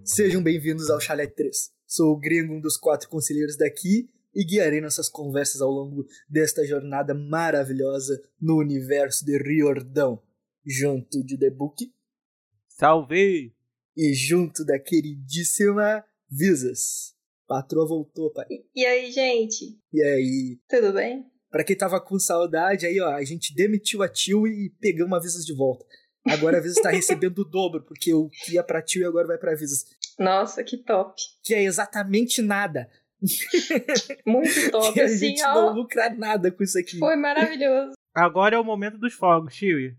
Sejam bem-vindos ao Chalé 3. Sou o Gringo, um dos 4 conselheiros daqui, e guiarei nossas conversas ao longo desta jornada maravilhosa no universo de Riordão, junto de The Book. Salve! E junto da queridíssima Visas. Patroa voltou, pai. E aí, gente? E aí? Tudo bem? Pra quem tava com saudade, aí ó, a gente demitiu a Tio e pegamos a Visas de volta. Agora a Visas tá recebendo o dobro, porque o que ia pra Tio e agora vai pra Visas. Nossa, que top. Que é exatamente nada. Muito top, que a assim, gente ó. não lucra nada com isso aqui. Foi maravilhoso. Agora é o momento dos fogos, Chewie.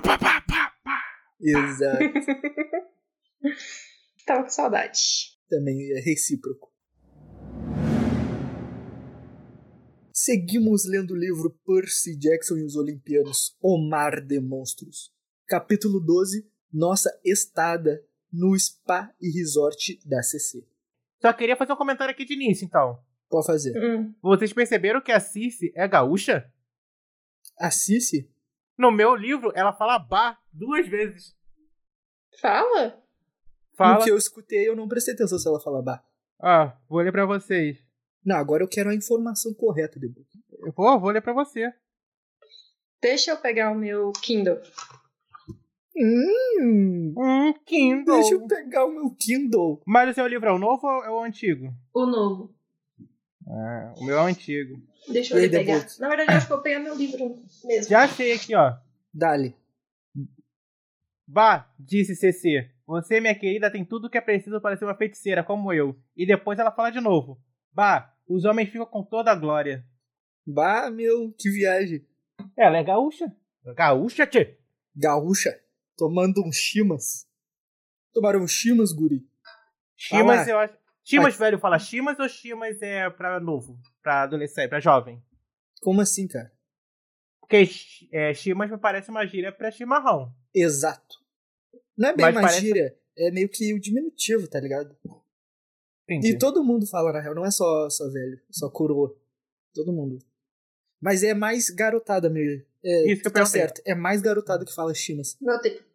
Exato. Tava com saudade. Também é recíproco. Seguimos lendo o livro Percy Jackson e os Olimpianos, O Mar de Monstros. Capítulo 12, Nossa Estada no Spa e Resort da CC. Só queria fazer um comentário aqui de início, então. Pode fazer. Vocês perceberam que a Cici é gaúcha? A Cici? No meu livro, ela fala bar 2 vezes. Fala? Fala. No que eu escutei, eu não prestei atenção se ela fala bar. Ah, vou ler pra vocês. Não, agora eu quero a informação correta, Debo. Eu vou ler pra você. Deixa eu pegar o meu Kindle. Kindle. Deixa eu pegar o meu Kindle. Mas o seu livro é o novo ou é o antigo? O novo. Ah, o meu é o antigo. Deixa eu pegar. Na verdade, eu acho que eu vou pegar meu livro mesmo. Já achei aqui, ó. Dale. Bah, disse CC. Você, minha querida, tem tudo o que é preciso para ser uma feiticeira como eu. E depois ela fala de novo. Bah, os homens ficam com toda a glória. Bah, meu, que viagem. Ela é gaúcha. Gaúcha, tchê? Gaúcha? Tomando uns chimas. Tomaram uns chimas, guri? Chimas, eu acho. Chimas, velho, fala chimas ou chimas é pra novo? Pra adolescente, pra jovem? Como assim, cara? Porque chimas me parece uma gíria pra chimarrão. Exato. Não é bem Mas uma parece... gíria, é meio que o diminutivo, tá ligado? Entendi. E todo mundo fala, na real, não é só velho, só coroa. Todo mundo. Mas é mais garotada mesmo. Isso que eu tá perguntei. certo, é mais garotada que fala chimas. Meu tempo.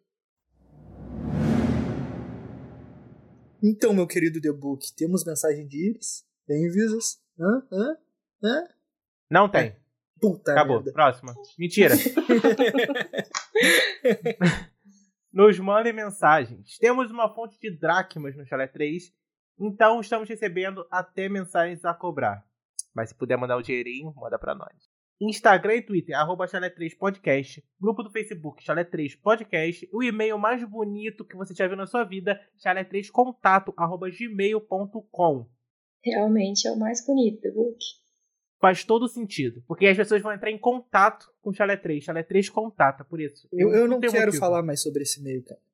Então, meu querido The Book, temos mensagem de Iris? Tem Visas? Hã? Não tem. Puta Acabou. merda. Próxima. Mentira. Nos mandem mensagens. Temos uma fonte de dracmas no Chalé 3, então estamos recebendo até mensagens a cobrar. Mas se puder mandar um dinheirinho, manda pra nós. Instagram e Twitter, @Chalé3podcast. Grupo do Facebook, Chalé3podcast. O e-mail mais bonito que você já viu na sua vida, chalé3contato@gmail.com. Realmente é o mais bonito, The Book. Faz todo sentido, porque as pessoas vão entrar em contato com o Chalé 3. Chalé 3 contata, por isso. Eu não tenho quero motivo. falar mais sobre esse e-mail, cara.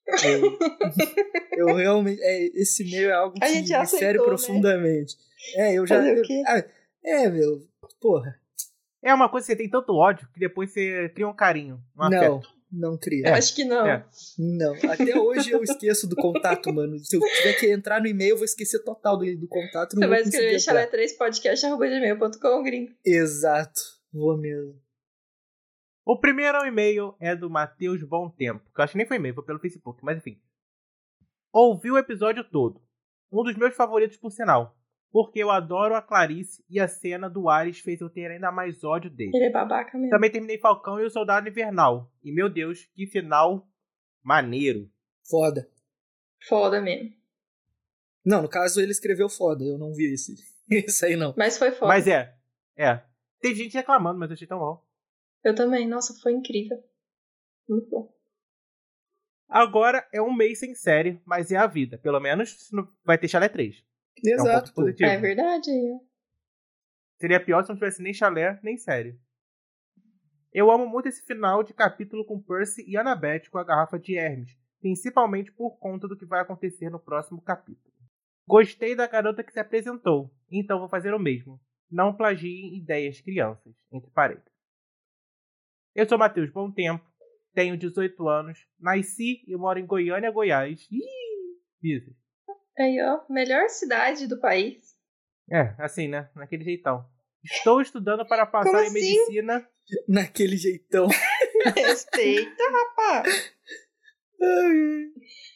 Eu realmente... esse e-mail é algo A que gente já me fere aceitou, profundamente. Eu já... Fazer o quê? Meu... Porra. É uma coisa que você tem tanto ódio que depois você cria um carinho. Um Não, afeto. não cria. Eu acho que não. É. Não. Até hoje eu esqueço do contato, mano. Se eu tiver que entrar no e-mail, eu vou esquecer total do contato. Você Não vai vou conseguir escrever entrar. chalé3podcast@gmail.com, gringo. Exato. Vou mesmo. O primeiro e-mail é do Matheus Bom Tempo, que eu acho que nem foi e-mail, foi pelo Facebook, mas enfim. Ouvi o episódio todo. Um dos meus favoritos, por sinal. Porque eu adoro a Clarice e a cena do Ares fez eu ter ainda mais ódio dele. Ele é babaca mesmo. Também terminei Falcão e o Soldado Invernal. E, meu Deus, que final maneiro. Foda. Foda mesmo. Não, no caso ele escreveu foda. Eu não vi esse aí não. Mas foi foda. Mas é. Tem gente reclamando, mas eu achei tão bom. Eu também. Nossa, foi incrível. Muito bom. Agora é um mês sem série, mas é a vida. Pelo menos não vai ter Chalé 3. É um Exato. ponto positivo. É verdade. Seria pior se não tivesse nem Chalé, nem série. Eu amo muito esse final de capítulo com Percy e Annabeth com a garrafa de Hermes, principalmente por conta do que vai acontecer no próximo capítulo. Gostei da garota que se apresentou, então vou fazer o mesmo. Não plagiem ideias crianças, entre parênteses. Eu sou Matheus Bom Tempo, tenho 18 anos, nasci e moro em Goiânia, Goiás. Isso. Aí, ó. Melhor cidade do país. Assim, né? Naquele jeitão. Estou estudando para passar Como em assim? medicina. Naquele jeitão. Respeita, rapaz.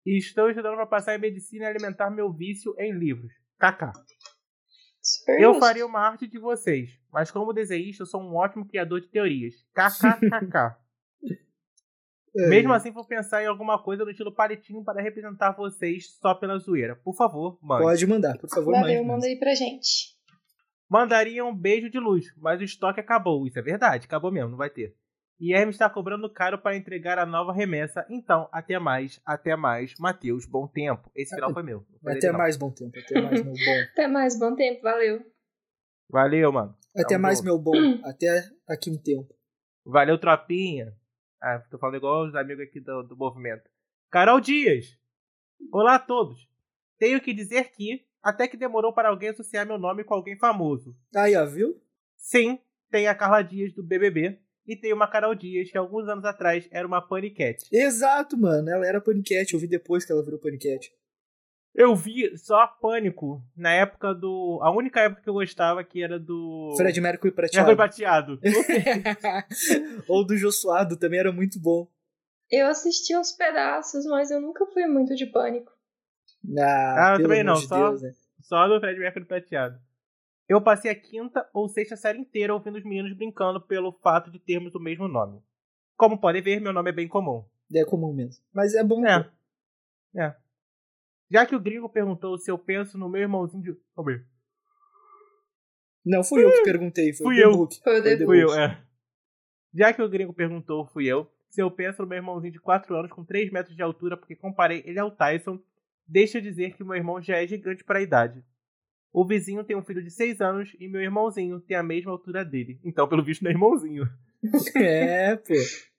E estou estudando para passar em medicina e alimentar meu vício em livros. KK. Super Eu justo. faria uma arte de vocês, mas como desenhista eu sou um ótimo criador de teorias. KKKK. Mesmo assim, vou pensar em alguma coisa no estilo palitinho para representar vocês só pela zoeira. Por favor, mande. Pode mandar, por favor, Valeu, mande. manda aí pra gente. Mandaria um beijo de luz, mas o estoque acabou. Isso é verdade, acabou mesmo, não vai ter. E Hermes está cobrando caro para entregar a nova remessa. Então, até mais, Matheus, bom tempo. Esse final foi meu. Não foi Até dele, não. mais, bom tempo. Até mais, meu bom. Até mais, bom tempo, valeu. Valeu, mano. Até Tamo mais, junto. meu bom. Até aqui um tempo. Valeu, tropinha. Ah, tô falando igual os amigos aqui do movimento. Carol Dias. Olá a todos. Tenho que dizer que até que demorou para alguém associar meu nome com alguém famoso. Aí, ó, viu? Sim, tem a Carla Dias do BBB e tem uma Carol Dias que alguns anos atrás era uma paniquete. Exato, mano. Ela era paniquete. Eu vi depois que ela virou paniquete. Eu vi só Pânico na época do... A única época que eu gostava que era do... Fred Mercury Mercury prateado. Prateado. Ou do Jô Suado, também era muito bom. Eu assisti uns pedaços, mas eu nunca fui muito de Pânico. Ah, eu pelo também amor não, de só- Deus, né? Só do Fred Mercury Prateado. Eu passei a quinta ou sexta série inteira ouvindo os meninos brincando pelo fato de termos o mesmo nome. Como podem ver, meu nome é bem comum. É comum mesmo. Mas é bom. É. pô. É. Já que o gringo perguntou se eu penso no meu irmãozinho de... Vamos ver. Não, fui eu que perguntei. Foi Fui o The eu. Book. Foi o The The Fui Book. eu, é. Já que o gringo perguntou, fui eu. Se eu penso no meu irmãozinho de 4 anos com 3 metros de altura, porque comparei ele ao Tyson, deixa eu dizer que meu irmão já é gigante para a idade. O vizinho tem um filho de 6 anos e meu irmãozinho tem a mesma altura dele. Então, pelo visto, não é irmãozinho. É, pô.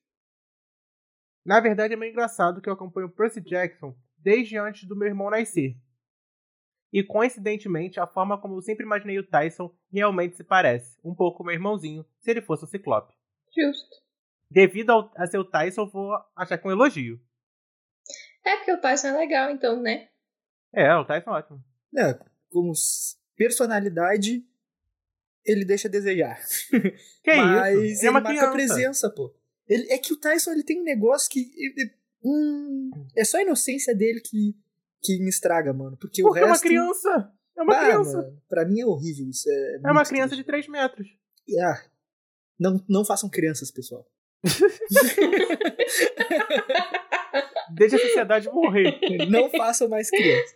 Na verdade, é meio engraçado que eu acompanho Percy Jackson desde antes do meu irmão nascer. E, coincidentemente, a forma como eu sempre imaginei o Tyson realmente se parece. Um pouco com meu irmãozinho, se ele fosse um ciclope. Justo. Devido a ser o Tyson, eu vou achar que é um elogio. É porque o Tyson é legal, então, né? É, o Tyson é ótimo. É, como personalidade, ele deixa a desejar. Que Mas isso? ele Ele é uma marca criança. presença, pô. É que o Tyson ele tem um negócio que. É só a inocência dele que me estraga, mano. Porque Porque o resto. é uma criança. É uma criança. Mano, pra mim é horrível isso. É uma muito criança de triste. 3 metros. Ah, não façam crianças, pessoal. Deixa a sociedade morrer. Não façam mais crianças.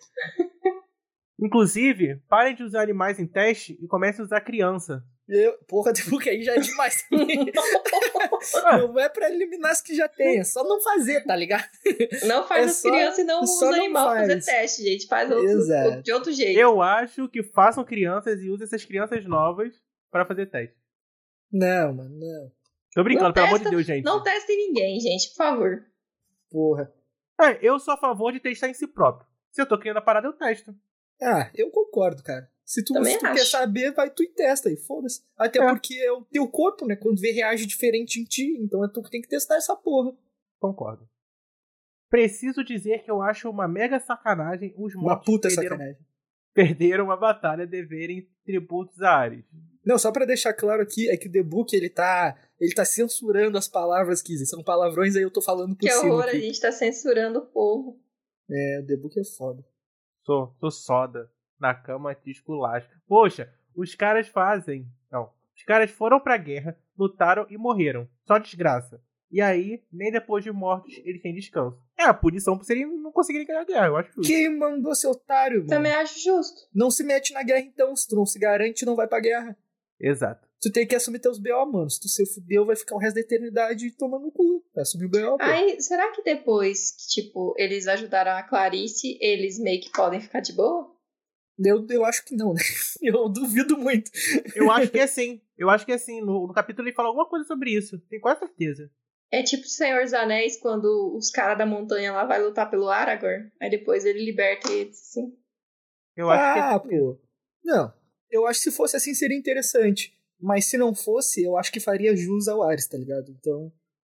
Inclusive, parem de usar animais em teste e comecem a usar criança. Porra, porque aí já é demais também. Não é pra eliminar as que já tem, é só não fazer, tá ligado? Não faz É as só- crianças e não só usa não animal pra fazer faz. teste, gente. Faz Exato. de outro jeito. Eu acho que façam crianças e usem essas crianças novas para fazer teste. Não, mano, não. Tô brincando, Não pelo amor de testa- Deus, gente. Não testem ninguém, gente, por favor. Porra. Eu sou a favor de testar em si próprio. Se eu tô criando a parada, eu testo. Ah, eu concordo, cara. Se tu Também quer acho. saber, vai tu e testa aí, foda-se. Até É. porque é o teu corpo, né? Quando vê, reage diferente em ti. Então é tu que tem que testar essa porra. Concordo. Preciso dizer que eu acho uma mega sacanagem os Uma mortos puta perderam, sacanagem. perderam uma batalha deverem tributos a Ares. Não, só pra deixar claro aqui, é que o The Book, ele tá censurando as palavras que são palavrões, aí eu tô falando por Que cima horror, a aqui. gente tá censurando o povo. É, o The Book é foda. Sou soda. Na cama te esculacho. Poxa, os caras fazem... Não. Os caras foram pra guerra, lutaram e morreram. Só desgraça. E aí, nem depois de mortos, eles têm descanso. É a punição por serem não conseguirem ganhar a guerra, eu acho justo. Quem mandou ser otário, mano? Também acho justo. Não se mete na guerra então, se tu não se garante, não vai pra guerra. Exato. Tu tem que assumir teus BO, mano. Se tu se fudeu, vai ficar o resto da eternidade tomando o cu. Vai assumir o BO, pô. Aí, será que depois que, tipo, eles ajudaram a Clarice, eles meio que podem ficar de boa? Eu acho que não, né? Eu duvido muito. Eu acho que é sim. Eu acho que é sim. No capítulo ele fala alguma coisa sobre isso. Tenho quase certeza. É tipo Senhor dos Anéis, quando os caras da montanha lá vai lutar pelo Aragorn. Aí depois ele liberta eles, assim. Eu acho que é tipo isso. pô. Não. Eu acho que se fosse assim seria interessante. Mas se não fosse, eu acho que faria jus ao Ares, tá ligado? Então.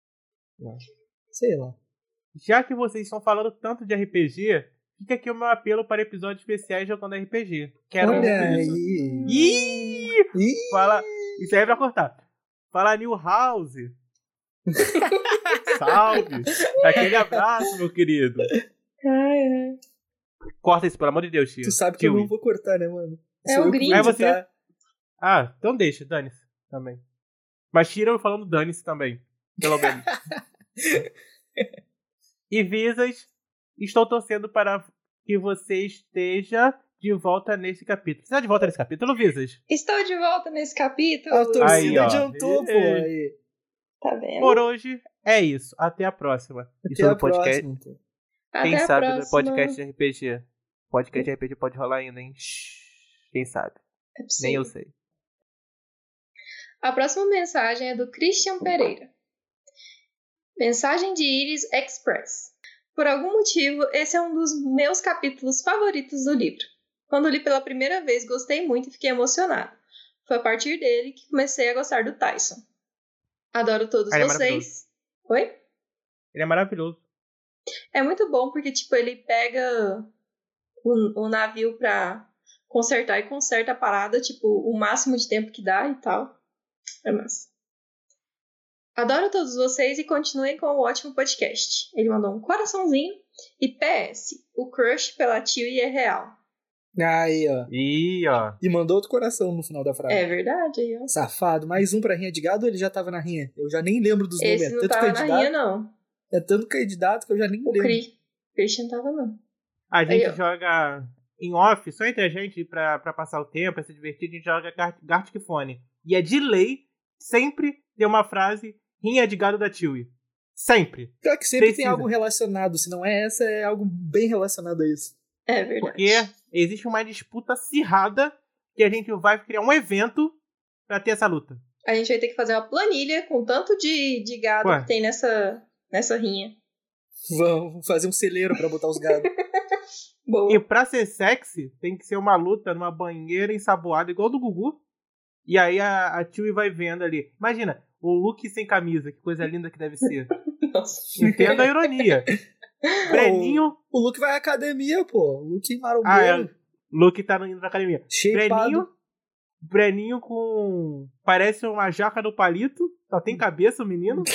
Sei lá. Já que vocês estão falando tanto de RPG, fica aqui o meu apelo para episódios especiais jogando RPG. Quero Olha muito isso. aí. Ih! Ih! Fala. Isso aí é pra cortar. Fala New House. Salve! Aquele abraço, meu querido. Ai. Corta isso, pelo amor de Deus, tio. Tu sabe que eu não vou cortar, né, mano? É Sou o eu que gringo. vou É você? editar. Ah, então deixa, dane-se também. Mas tira eu falando dane-se também, pelo menos. E Visas, estou torcendo para que você esteja de volta nesse capítulo. Você está de volta nesse capítulo, Visas? Estou de volta nesse capítulo. A torcida Aí, ó. adiantou, pô. Aí. Tá vendo? Por hoje é isso. Até a próxima. E Até a sobre podcast, próxima. Então. Até quem a sabe no próxima. podcast de RPG. Podcast de RPG pode rolar ainda, hein? Shhh, quem sabe? É possível. Nem eu sei. A próxima mensagem é do Christian Pereira. Mensagem de Iris Express. Por algum motivo, esse é um dos meus capítulos favoritos do livro. Quando li pela primeira vez, gostei muito e fiquei emocionado. Foi a partir dele que comecei a gostar do Tyson. Adoro todos Ele é vocês. Oi? Ele é maravilhoso. É muito bom porque, tipo, ele pega o navio pra consertar e conserta a parada, tipo, o máximo de tempo que dá e tal. É massa. Adoro todos vocês e continuem com o ótimo podcast. Ele mandou um coraçãozinho e PS, o crush pela Tilly é real. Aí, ó. Ih, ó. E mandou outro coração no final da frase. É verdade, aí, ó. Safado. Mais um pra rinha de gado ou ele já tava na rinha? Eu já nem lembro dos Esse nomes. não tava na rinha, não. É tanto candidato que eu já nem O lembro. Christian tava, não. A gente Aí, ó. joga em off, só entre a gente, pra passar o tempo, pra se divertir, a gente joga Gartic Phone. E é de lei, sempre ter uma frase rinha de gado da Tilly. Sempre. Pior que sempre Precisa. tem algo relacionado. Se não é essa, é algo bem relacionado a isso. É verdade. Porque existe uma disputa acirrada que a gente vai criar um evento pra ter essa luta. A gente vai ter que fazer uma planilha com tanto de gado Ué. que tem nessa rinha. Vamos fazer um celeiro pra botar os gados. Boa. E pra ser sexy, tem que ser uma luta numa banheira ensaboada, igual do Gugu. E aí a Tilly vai vendo ali. Imagina, o Luke sem camisa, que coisa linda que deve ser. Nossa. Entenda a ironia. Breninho. O Luke vai à academia, pô. O Luke Ah, é. marombeiro. Luke tá indo pra academia. Shapeado. Breninho com. Parece uma jaca do palito. Só tem cabeça o menino.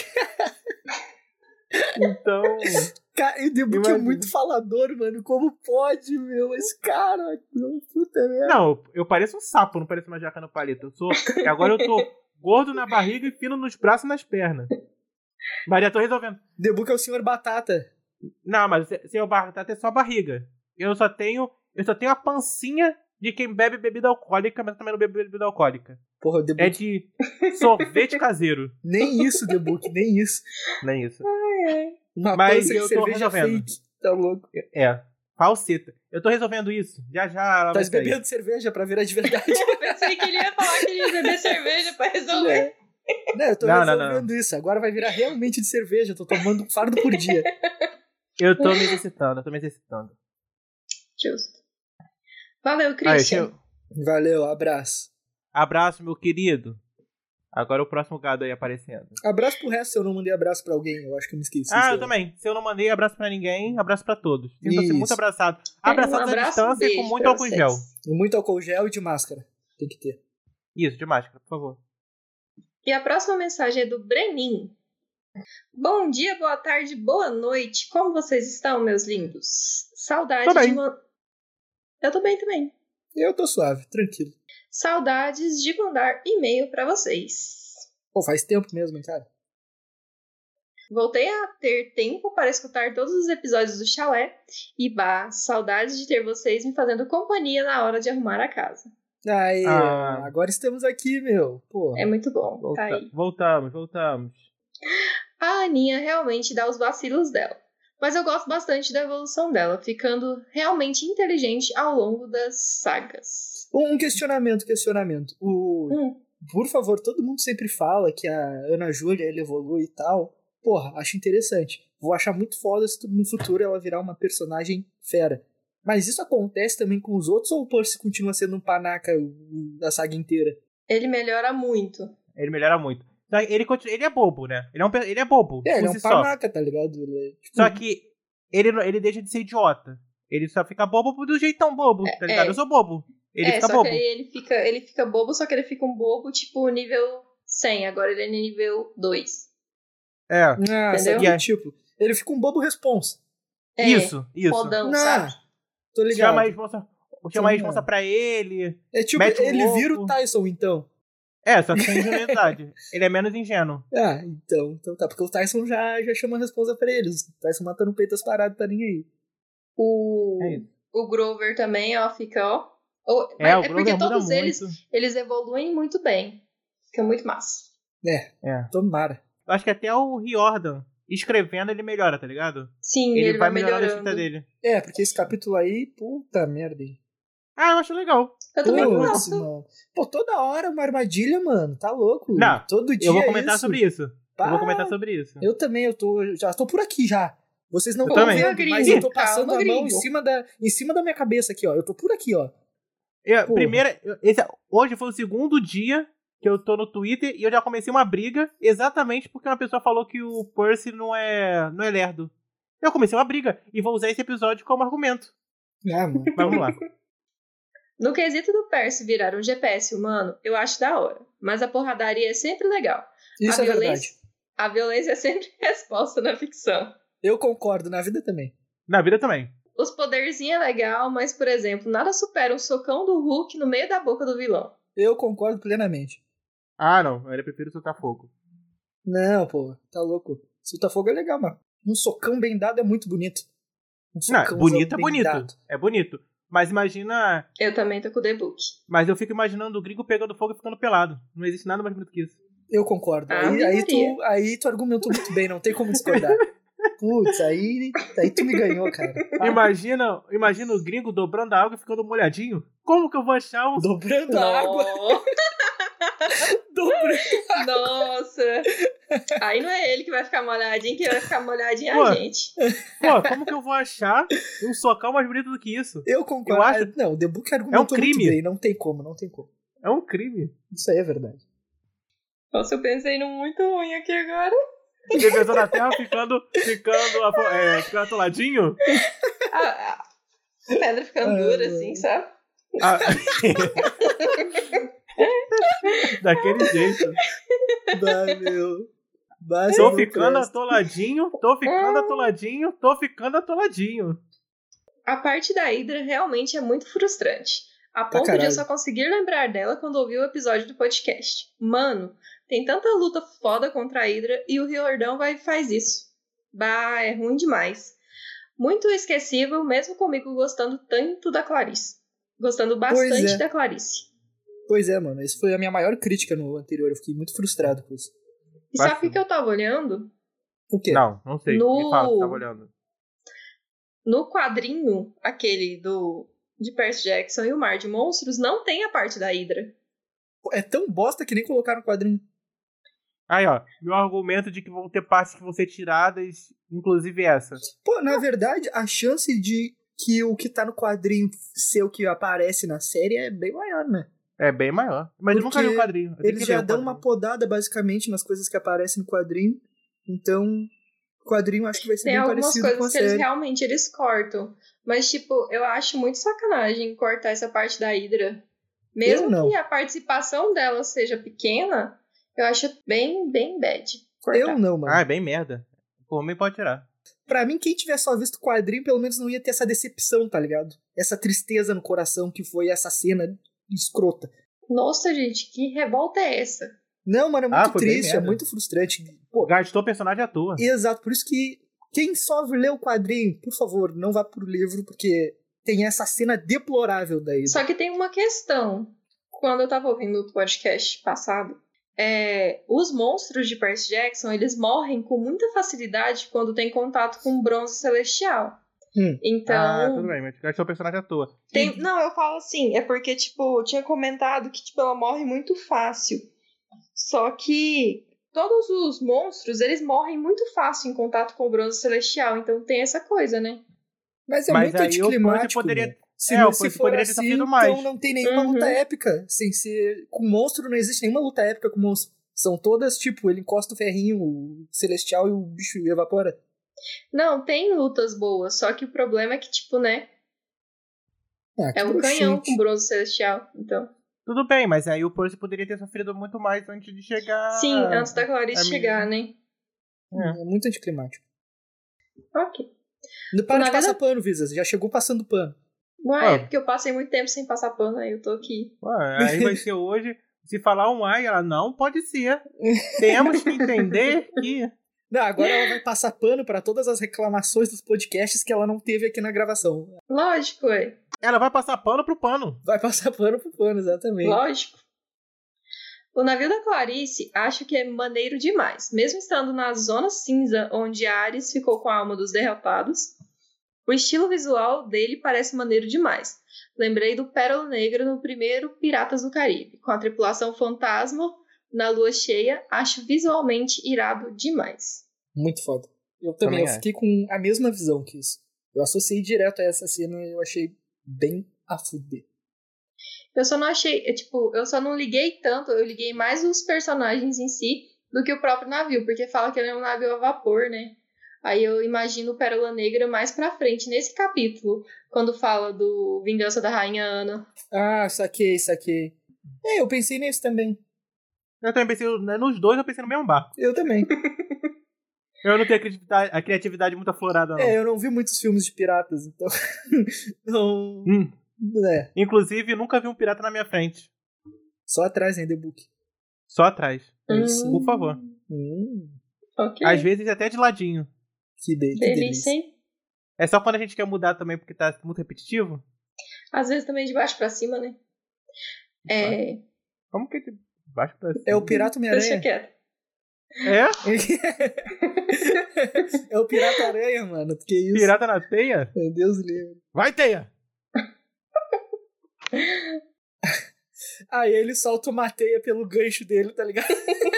Então. Cara, e o Debuck é Imagina. muito falador, mano. Como pode, meu? Esse cara. Puta merda. Não, eu pareço um sapo, não pareço uma jaca no palito. Agora eu tô gordo na barriga e fino nos braços e nas pernas. Mas já tô resolvendo. Debuck é o senhor Batata. Não, mas seu batata é só barriga. Eu só tenho a pancinha de quem bebe bebida alcoólica, mas eu também não bebo bebida alcoólica. Porra, o Debuck. É de sorvete caseiro. Nem isso, Debuck, nem isso. Nem isso. Uma Mas pança eu de tô cerveja resolvendo. fake. Tá louco. É, falseta. Eu tô resolvendo isso. Já ela Tá vai sair. bebendo cerveja pra virar de verdade. Eu pensei que ele ia falar que ele ia beber cerveja pra resolver. Não, eu tô Não, resolvendo isso. Agora vai virar realmente de cerveja. Eu tô tomando um fardo por dia. Eu tô me exercitando. Justo. Valeu, Aí, Christian. Valeu, abraço. Abraço, meu querido. Agora o próximo gado aí aparecendo. Abraço pro resto se eu não mandei abraço pra alguém. Eu acho que eu me esqueci. Ah, sei eu lá. também. Se eu não mandei abraço pra ninguém, abraço pra todos. Sintam-se Isso. muito abraçados. Abraçados à abraço, distância e com beijo muito pra álcool em vocês. gel. Muito álcool gel e de máscara. Tem que ter. Isso, de máscara, por favor. E a próxima mensagem é do Brenin. Bom dia, boa tarde, boa noite. Como vocês estão, meus lindos? Saudade Tô bem. de Eu tô bem também. Eu tô suave, tranquilo. Saudades de mandar e-mail pra vocês. Pô, faz tempo mesmo, hein, cara. Voltei a ter tempo para escutar todos os episódios do Chalé e saudades de ter vocês me fazendo companhia na hora de arrumar a casa. Aí, Ah. agora estamos aqui, meu. Pô. É muito bom, tá aí. Voltamos. A Aninha realmente dá os vacilos dela, mas eu gosto bastante da evolução dela, ficando realmente inteligente ao longo das sagas. Um questionamento. Por favor, todo mundo sempre fala que a Ana Júlia ela evolui e tal. Porra, acho interessante. Vou achar muito foda se no futuro ela virar uma personagem fera. Mas isso acontece também com os outros ou o Percy continua sendo um panaca da saga inteira? Ele melhora muito. Ele melhora muito. Ele é bobo, né? Ele é bobo. Ele por é um si só. panaca, tá ligado? Ele é, tipo, Só que ele deixa de ser idiota. Ele só fica bobo do jeitão bobo, tá ligado? Eu sou bobo. Ele fica só bobo. que aí ele fica bobo, só que ele fica um bobo tipo nível 100. Agora ele é nível 2. É. Ah, Entendeu? sabe? Tipo, ele fica um bobo responsa. Isso. Fodão, Não, sabe? tô ligado. Chama a responsa pra ele. É tipo, mete o ele louco. vira o Tyson, então. Só que sem ingenuidade. Ele é menos ingênuo. Ah, então tá. Porque o Tyson já chama a responsa pra eles. O Tyson matando o peito as paradas, tá nem aí. O Grover também, ó, fica, ó. O porque Grover todos muda eles evoluem muito bem. Fica muito massa. Tomara. Eu acho que até o Riordan escrevendo ele melhora, tá ligado? Sim, Ele vai melhorando a melhorando. escrita dele. Porque esse capítulo aí, puta merda, hein. Eu acho legal. Eu também Putz, gosto. mano. Pô, toda hora uma armadilha, mano. Tá louco? Não, todo dia eu vou comentar sobre isso. Eu também, já tô por aqui já. Vocês não Eu estão também. vendo, mas eu tô passando Calma, a mão gringo. em cima da minha cabeça aqui, ó. Eu tô por aqui, ó. Hoje foi o segundo dia que eu tô no Twitter e eu já comecei uma briga exatamente porque uma pessoa falou que o Percy não é lerdo. Eu comecei uma briga e vou usar esse episódio como argumento. Mano. Mas vamos lá. No quesito do Percy virar um GPS humano, eu acho da hora. Mas a porradaria é sempre legal. Isso é verdade. A violência é sempre resposta na ficção. Eu concordo, na vida também. Na vida também. Os poderzinhos é legal, mas, por exemplo, nada supera um socão do Hulk no meio da boca do vilão. Eu concordo plenamente. Não. Eu prefiro soltar fogo. Não, pô. Tá louco. Soltar fogo é legal, mano. Um socão bem dado é muito bonito. Bonito é bonito. Dado. É bonito. Mas imagina... Eu também tô com o The Book. Mas eu fico imaginando o gringo pegando fogo e ficando pelado. Não existe nada mais bonito que isso. Eu concordo. Aí tu argumentou muito bem, não tem como discordar. Putz, aí tu me ganhou, cara. Imagina o gringo dobrando a água e ficando molhadinho. Como que eu vou achar um... Dobrando a água? Nossa. Aí não é ele que vai ficar molhadinho, quem vai ficar molhadinho é a gente. Pô, como que eu vou achar um socão mais bonito do que isso? Eu concordo. Não, o The Book argumentou muito bem. Não tem como. É um crime. Isso aí é verdade. Nossa, eu pensei num muito ruim aqui agora. Você pensou na Terra ficando atoladinho? A pedra ficando dura, assim, sabe? Daquele jeito. Meu. Tô ficando atoladinho. A parte da Hydra realmente é muito frustrante. A ponto de eu só conseguir lembrar dela quando ouvi o episódio do podcast. Mano, tem tanta luta foda contra a Hydra e o Riordan faz isso. Bah, é ruim demais. Muito esquecível, mesmo comigo gostando tanto da Clarice. Gostando bastante da Clarice. Pois é, mano. Essa foi a minha maior crítica no anterior. Eu fiquei muito frustrado com isso. E sabe o que eu tava olhando? O quê? Não sei. Me fala o que tava olhando. No quadrinho, aquele de Percy Jackson e o Mar de Monstros, não tem a parte da Hydra. É tão bosta que nem colocaram no quadrinho. Aí, ó. Meu argumento de que vão ter partes que vão ser tiradas, inclusive essa. Pô, na verdade, a chance de que o que tá no quadrinho ser o que aparece na série é bem maior, né? É bem maior. Mas eu nunca li o quadrinho. Eles já dão uma podada, basicamente, nas coisas que aparecem no quadrinho. Então, o quadrinho acho que vai ser bem parecido com a série. Tem algumas coisas que eles cortam. Mas, tipo, eu acho muito sacanagem cortar essa parte da Hydra. Mesmo que a participação dela seja pequena, eu acho bem bad. Cortar. Eu não, mano. É bem merda. Por mim pode tirar. Pra mim, quem tiver só visto o quadrinho, pelo menos não ia ter essa decepção, tá ligado? Essa tristeza no coração que foi essa cena escrota. Nossa, gente, que revolta é essa? Não, mano, é muito triste, é muito frustrante. Pô, gastou o personagem à toa. Exato, por isso que quem só lê o quadrinho, por favor, não vá pro livro, porque tem essa cena deplorável daí. Só que tem uma questão. Quando eu tava ouvindo o podcast passado, os monstros de Percy Jackson, eles morrem com muita facilidade quando tem contato com o bronze celestial. Então... tudo bem, mas gastou o personagem à toa. Não, eu falo assim, é porque, tipo, tinha comentado que, tipo, ela morre muito fácil. Só que todos os monstros, eles morrem muito fácil em contato com o bronze celestial, então tem essa coisa, né? Mas muito anticlimático. Se for assim, então não tem nenhuma luta épica. Sem ser... Com monstro não existe nenhuma luta épica com monstro. São todas, tipo, ele encosta o ferrinho o celestial e o bicho evapora. Não, tem lutas boas, só que o problema é que, tipo, né? É um canhão com bronze celestial, então... Tudo bem, mas aí o Percy poderia ter sofrido muito mais antes de chegar... Sim, antes da Clarice chegar, né? É muito anticlimático. Ok. Não para de Na passar vida- pano, Visa. Já chegou passando pano. Ué, é Ah. porque eu passei muito tempo sem passar pano, aí eu tô aqui. Ué, aí vai ser hoje, se falar um ai, ela não pode ser. Temos que entender que... Não, agora ela vai passar pano pra todas as reclamações dos podcasts que ela não teve aqui na gravação. Lógico, ué. Ela vai passar pano pro pano. Vai passar pano pro pano, exatamente. Lógico. O navio da Clarice acho que é maneiro demais. Mesmo estando na zona cinza, onde Ares ficou com a alma dos derrotados, o estilo visual dele parece maneiro demais. Lembrei do Pérola Negra no primeiro Piratas do Caribe, com a tripulação fantasma na lua cheia. Acho visualmente irado demais. Muito foda. Eu também, Também eu fiquei com a mesma visão que isso. Eu associei direto a essa cena e eu achei bem a fuder. Eu só não achei, eu só não liguei tanto, eu liguei mais os personagens em si do que o próprio navio, porque fala que ele é um navio a vapor, né? Aí eu imagino o Pérola Negra mais pra frente, nesse capítulo, quando fala do Vingança da Rainha Ana. Ah, saquei. É, eu pensei nisso também. Eu também pensei, nos dois eu pensei no mesmo barco. Eu também. Eu não tenho a criatividade muito aflorada, não. É, eu não vi muitos filmes de piratas, então... não... É, Inclusive, nunca vi um pirata na minha frente. só atrás, né, The Book. Só atrás. Isso. Por favor. Ok. Às vezes até de ladinho. Que Delícia, delícia. hein? É só quando a gente quer mudar também, porque tá muito repetitivo. Às vezes também de baixo pra cima, né? É... Como que de baixo pra cima? É o Pirata Deixa Homem-Aranha. quieto. É? É o Pirata Aranha, mano. Que isso? Pirata na teia? Meu Deus livre. Vai, teia! Aí ele solta uma teia pelo gancho dele, tá ligado?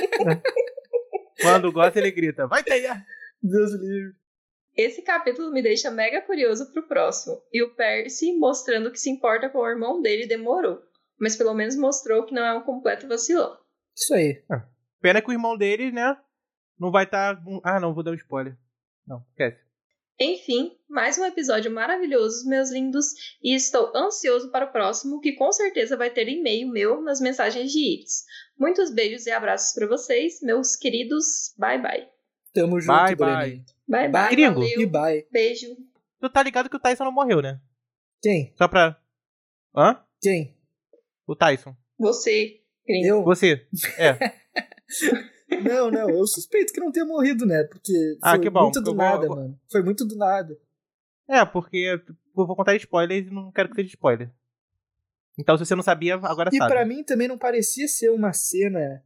Quando gosta, ele grita, vai, teia! Deus livre. Esse capítulo me deixa mega curioso pro próximo. E o Percy mostrando que se importa com o irmão dele demorou. Mas pelo menos mostrou que não é um completo vacilão. Isso aí. Pena que o irmão dele, né, não vai estar... Ah, não, vou dar um spoiler. Não, esquece. Enfim, mais um episódio maravilhoso, meus lindos. E estou ansioso para o próximo, que com certeza vai ter e-mail meu nas mensagens de Iris. Muitos beijos e abraços para vocês, meus queridos. Bye, bye. Tamo junto, Bye, Breninho. Bye, Bye, bye. gringo. Valeu. E bye. Beijo. Tu tá ligado que o Tyson não morreu, né? Quem? Só pra... Hã? Quem? O Tyson. Você, gringo. Eu? Você. É. Não, eu suspeito que não tenha morrido, né? Porque Ah, foi que bom, muito do eu nada, vou- mano. Foi muito do nada. É, porque eu vou contar spoilers e não quero que seja spoiler. Então, se você não sabia, agora E sabe. pra mim também não parecia ser uma cena...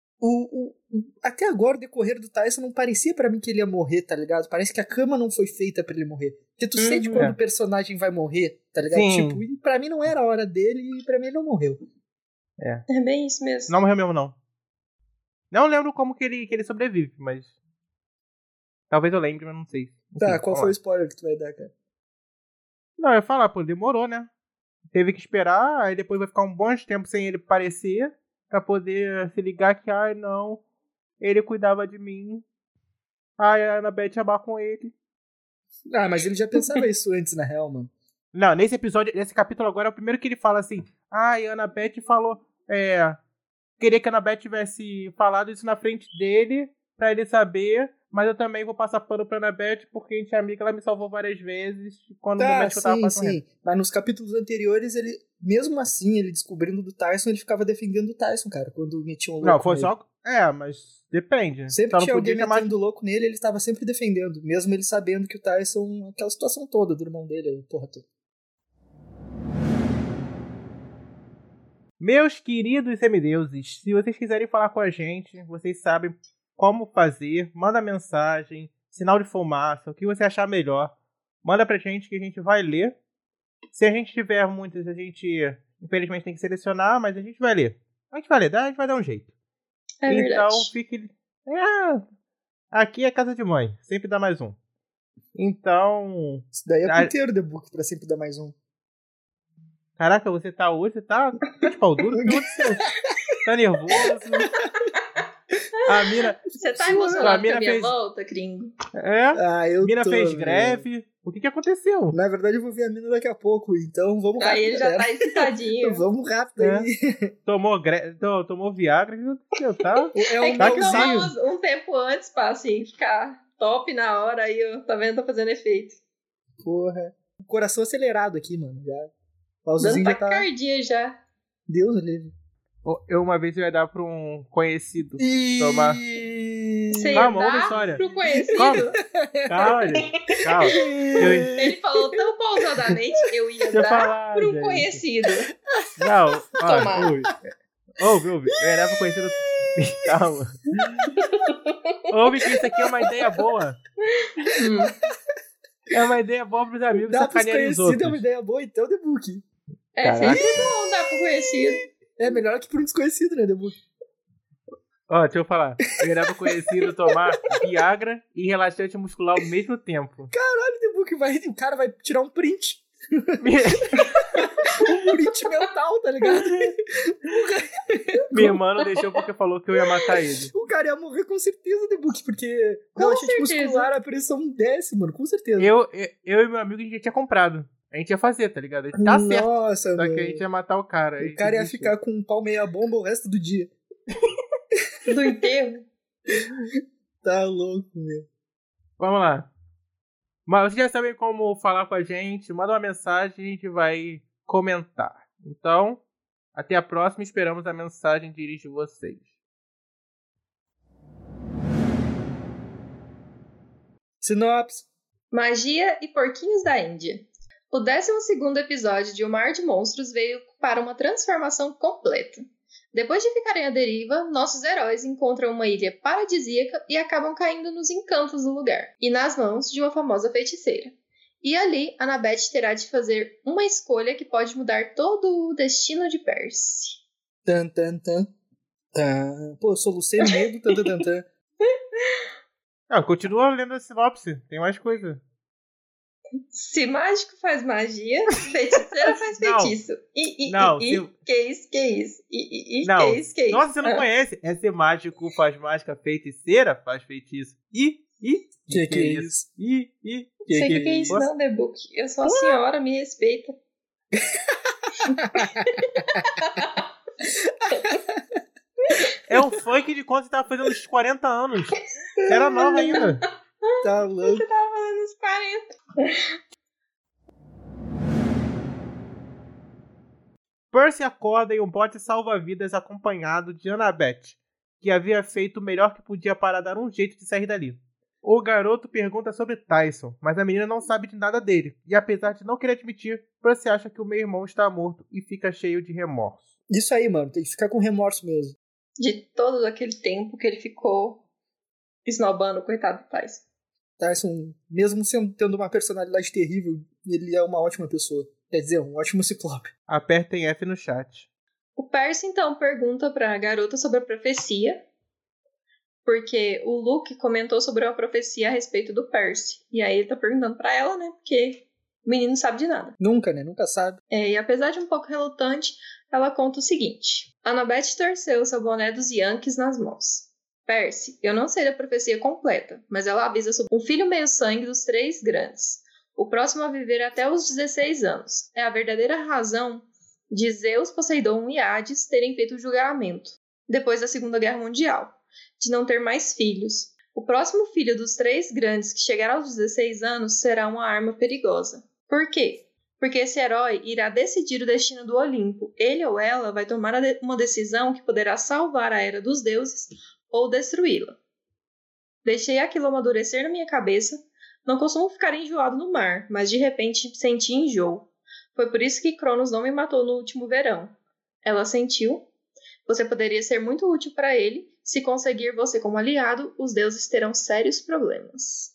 Até agora, o decorrer do Tyson não parecia pra mim que ele ia morrer, tá ligado? Parece que a cama não foi feita pra ele morrer. Porque tu sente quando é. o personagem vai morrer, tá ligado? Sim. Tipo, e pra mim não era a hora dele e pra mim ele não morreu. É bem isso mesmo. Não morreu mesmo, não. Não lembro como que ele sobrevive, mas... Talvez eu lembre, mas não sei. Tá, Enfim, qual vamos foi o lá. spoiler que tu vai dar, cara? Não, eu ia falar, pô, demorou, né? Teve que esperar, aí depois vai ficar um bom tempo sem ele aparecer, pra poder se ligar que, ai, não, ele cuidava de mim. Ai, a Annabeth ia acabar com ele. Ah, mas ele já pensava isso antes, na real, mano. Não, nesse capítulo agora é o primeiro que ele fala assim, ai, a Annabeth falou, queria que a Annabeth tivesse falado isso na frente dele, pra ele saber, mas eu também vou passar pano pra Annabeth, porque a gente é amiga, ela me salvou várias vezes, quando no Tá, momento que eu tava sim, passando. sim. Mas nos capítulos anteriores, ele, mesmo assim, ele descobrindo do Tyson, ele ficava defendendo o Tyson, cara, quando metiam um louco Não, foi nele. só... mas depende. Sempre Só não tinha podia alguém chamar... metendo louco nele, ele estava sempre defendendo, mesmo ele sabendo que o Tyson, aquela situação toda do irmão dele, porra toda. Meus queridos semideuses, se vocês quiserem falar com a gente, vocês sabem como fazer, manda mensagem, sinal de fumaça, o que você achar melhor, manda pra gente que a gente vai ler. Se a gente tiver muitas, a gente infelizmente tem que selecionar, mas a gente vai ler. A gente vai ler, a gente vai dar um jeito. É verdade. Então fique... aqui é casa de mãe, sempre dá mais um. Então... Isso daí é puteiro, The Book, pra sempre dar mais um. Caraca, você tá de pau duro? O que aconteceu? Tá nervoso? A mina... Você tá A emocionado com mina a minha fez- volta, gringo? Ah, eu Mina tô, fez velho. greve. O que aconteceu? Na verdade, eu vou ver a mina daqui a pouco, então vamos rápido, Aí ele já galera. tá excitadinho. Vamos rápido É. aí. Tomou Viagra. O que aconteceu, tá? É É um que Tá tem que que sim. tomar um tempo antes pra, assim, ficar top na hora. Aí, tá vendo? Tá fazendo efeito. Porra. Coração acelerado aqui, mano. Já. Dando Pauzinho já tá. taquicardia já. Deus livre. Uma vez eu ia dar pra um conhecido E... tomar. Você Calma, ouve a dá história. pro conhecido. Calma, gente. Calma. Ele falou tão pausadamente, eu ia Deixa eu dar falar, pro gente. conhecido. Não, Tomar. ouve. Eu ia dar pro conhecido. Calma. Ouve que isso aqui é uma ideia boa. É uma ideia boa pros amigos Dá pros sacanearem os conhecidos, outros. é uma ideia boa, então, The Book. É Caraca. sempre bom dar pro conhecido. É melhor que por um desconhecido, né, The Book? Ó, deixa eu falar. Eu ia dar pro conhecido tomar Viagra e relaxante muscular ao mesmo tempo. Caralho, The Book, o cara vai tirar um print. Um print mental, tá ligado? Minha irmã não deixou porque falou que eu ia matar ele. O cara ia morrer com certeza, The Book, porque Com relaxante certeza. muscular a pressão desce, mano, com certeza. Eu e meu amigo, a gente já tinha comprado. A gente ia fazer, tá ligado? Tá certo. Nossa, Só mano. que a gente ia matar o cara. O cara ia ficar com um pau meia bomba o resto do dia. Do enterro. Tá louco, meu. Vamos lá. Mas vocês já sabem como falar com a gente. Manda uma mensagem e a gente vai comentar. Então, até a próxima. Esperamos a mensagem de vocês. Sinopse. Magia e porquinhos da Índia. O 12º episódio de O Mar de Monstros veio para uma transformação completa. Depois de ficarem à deriva, nossos heróis encontram uma ilha paradisíaca e acabam caindo nos encantos do lugar, e nas mãos de uma famosa feiticeira. E ali, Annabeth terá de fazer uma escolha que pode mudar todo o destino de Percy. Tan, tan, tan. Tan. Pô, eu solucei no meio do tan, tan, tan, tan. Não, continua lendo a sinopse. Tem mais coisa. Se mágico faz magia, feiticeira faz Não. feitiço. Não, Que isso? Que isso? Não. Que isso? Nossa, você não conhece. É ser mágico faz mágica, feiticeira faz feitiço. Que é isso? Não sei o que é isso não, The Book. Eu sou a senhora, me respeita. É um funk de quando você tava fazendo uns 40 anos. Você era nova ainda. Tá louco. Você tava fazendo uns 40. Percy acorda em um bote salva-vidas acompanhado de Annabeth, que havia feito o melhor que podia para dar um jeito de sair dali. O garoto pergunta sobre Tyson, mas a menina não sabe de nada dele, e apesar de não querer admitir, Percy acha que o meu irmão está morto e fica cheio de remorso. Isso aí, mano. Tem que ficar com remorso mesmo. De todo aquele tempo que ele ficou esnobando, coitado do Tyson. Tyson, mesmo tendo uma personalidade terrível, ele é uma ótima pessoa. Quer dizer, um ótimo ciclope. Apertem F no chat. O Percy, então, pergunta pra garota sobre a profecia, porque o Luke comentou sobre uma profecia a respeito do Percy. E aí ele tá perguntando pra ela, né? Porque o menino não sabe de nada. Nunca, né? Nunca sabe. E apesar de um pouco relutante, ela conta o seguinte. Annabeth torceu seu boné dos Yankees nas mãos. Percy, eu não sei da profecia completa, mas ela avisa sobre um filho meio-sangue dos 3 grandes. O próximo a viver até os 16 anos. É a verdadeira razão de Zeus, Poseidon e Hades terem feito o julgamento, depois da Segunda Guerra Mundial, de não ter mais filhos. O próximo filho dos 3 grandes que chegar aos 16 anos será uma arma perigosa. Por quê? Porque esse herói irá decidir o destino do Olimpo. Ele ou ela vai tomar uma decisão que poderá salvar a Era dos Deuses ou destruí-la. Deixei aquilo amadurecer na minha cabeça. Não costumo ficar enjoado no mar, mas de repente senti enjoo. Foi por isso que Cronos não me matou no último verão. Ela sentiu. Você poderia ser muito útil para ele. Se conseguir você como aliado, os deuses terão sérios problemas.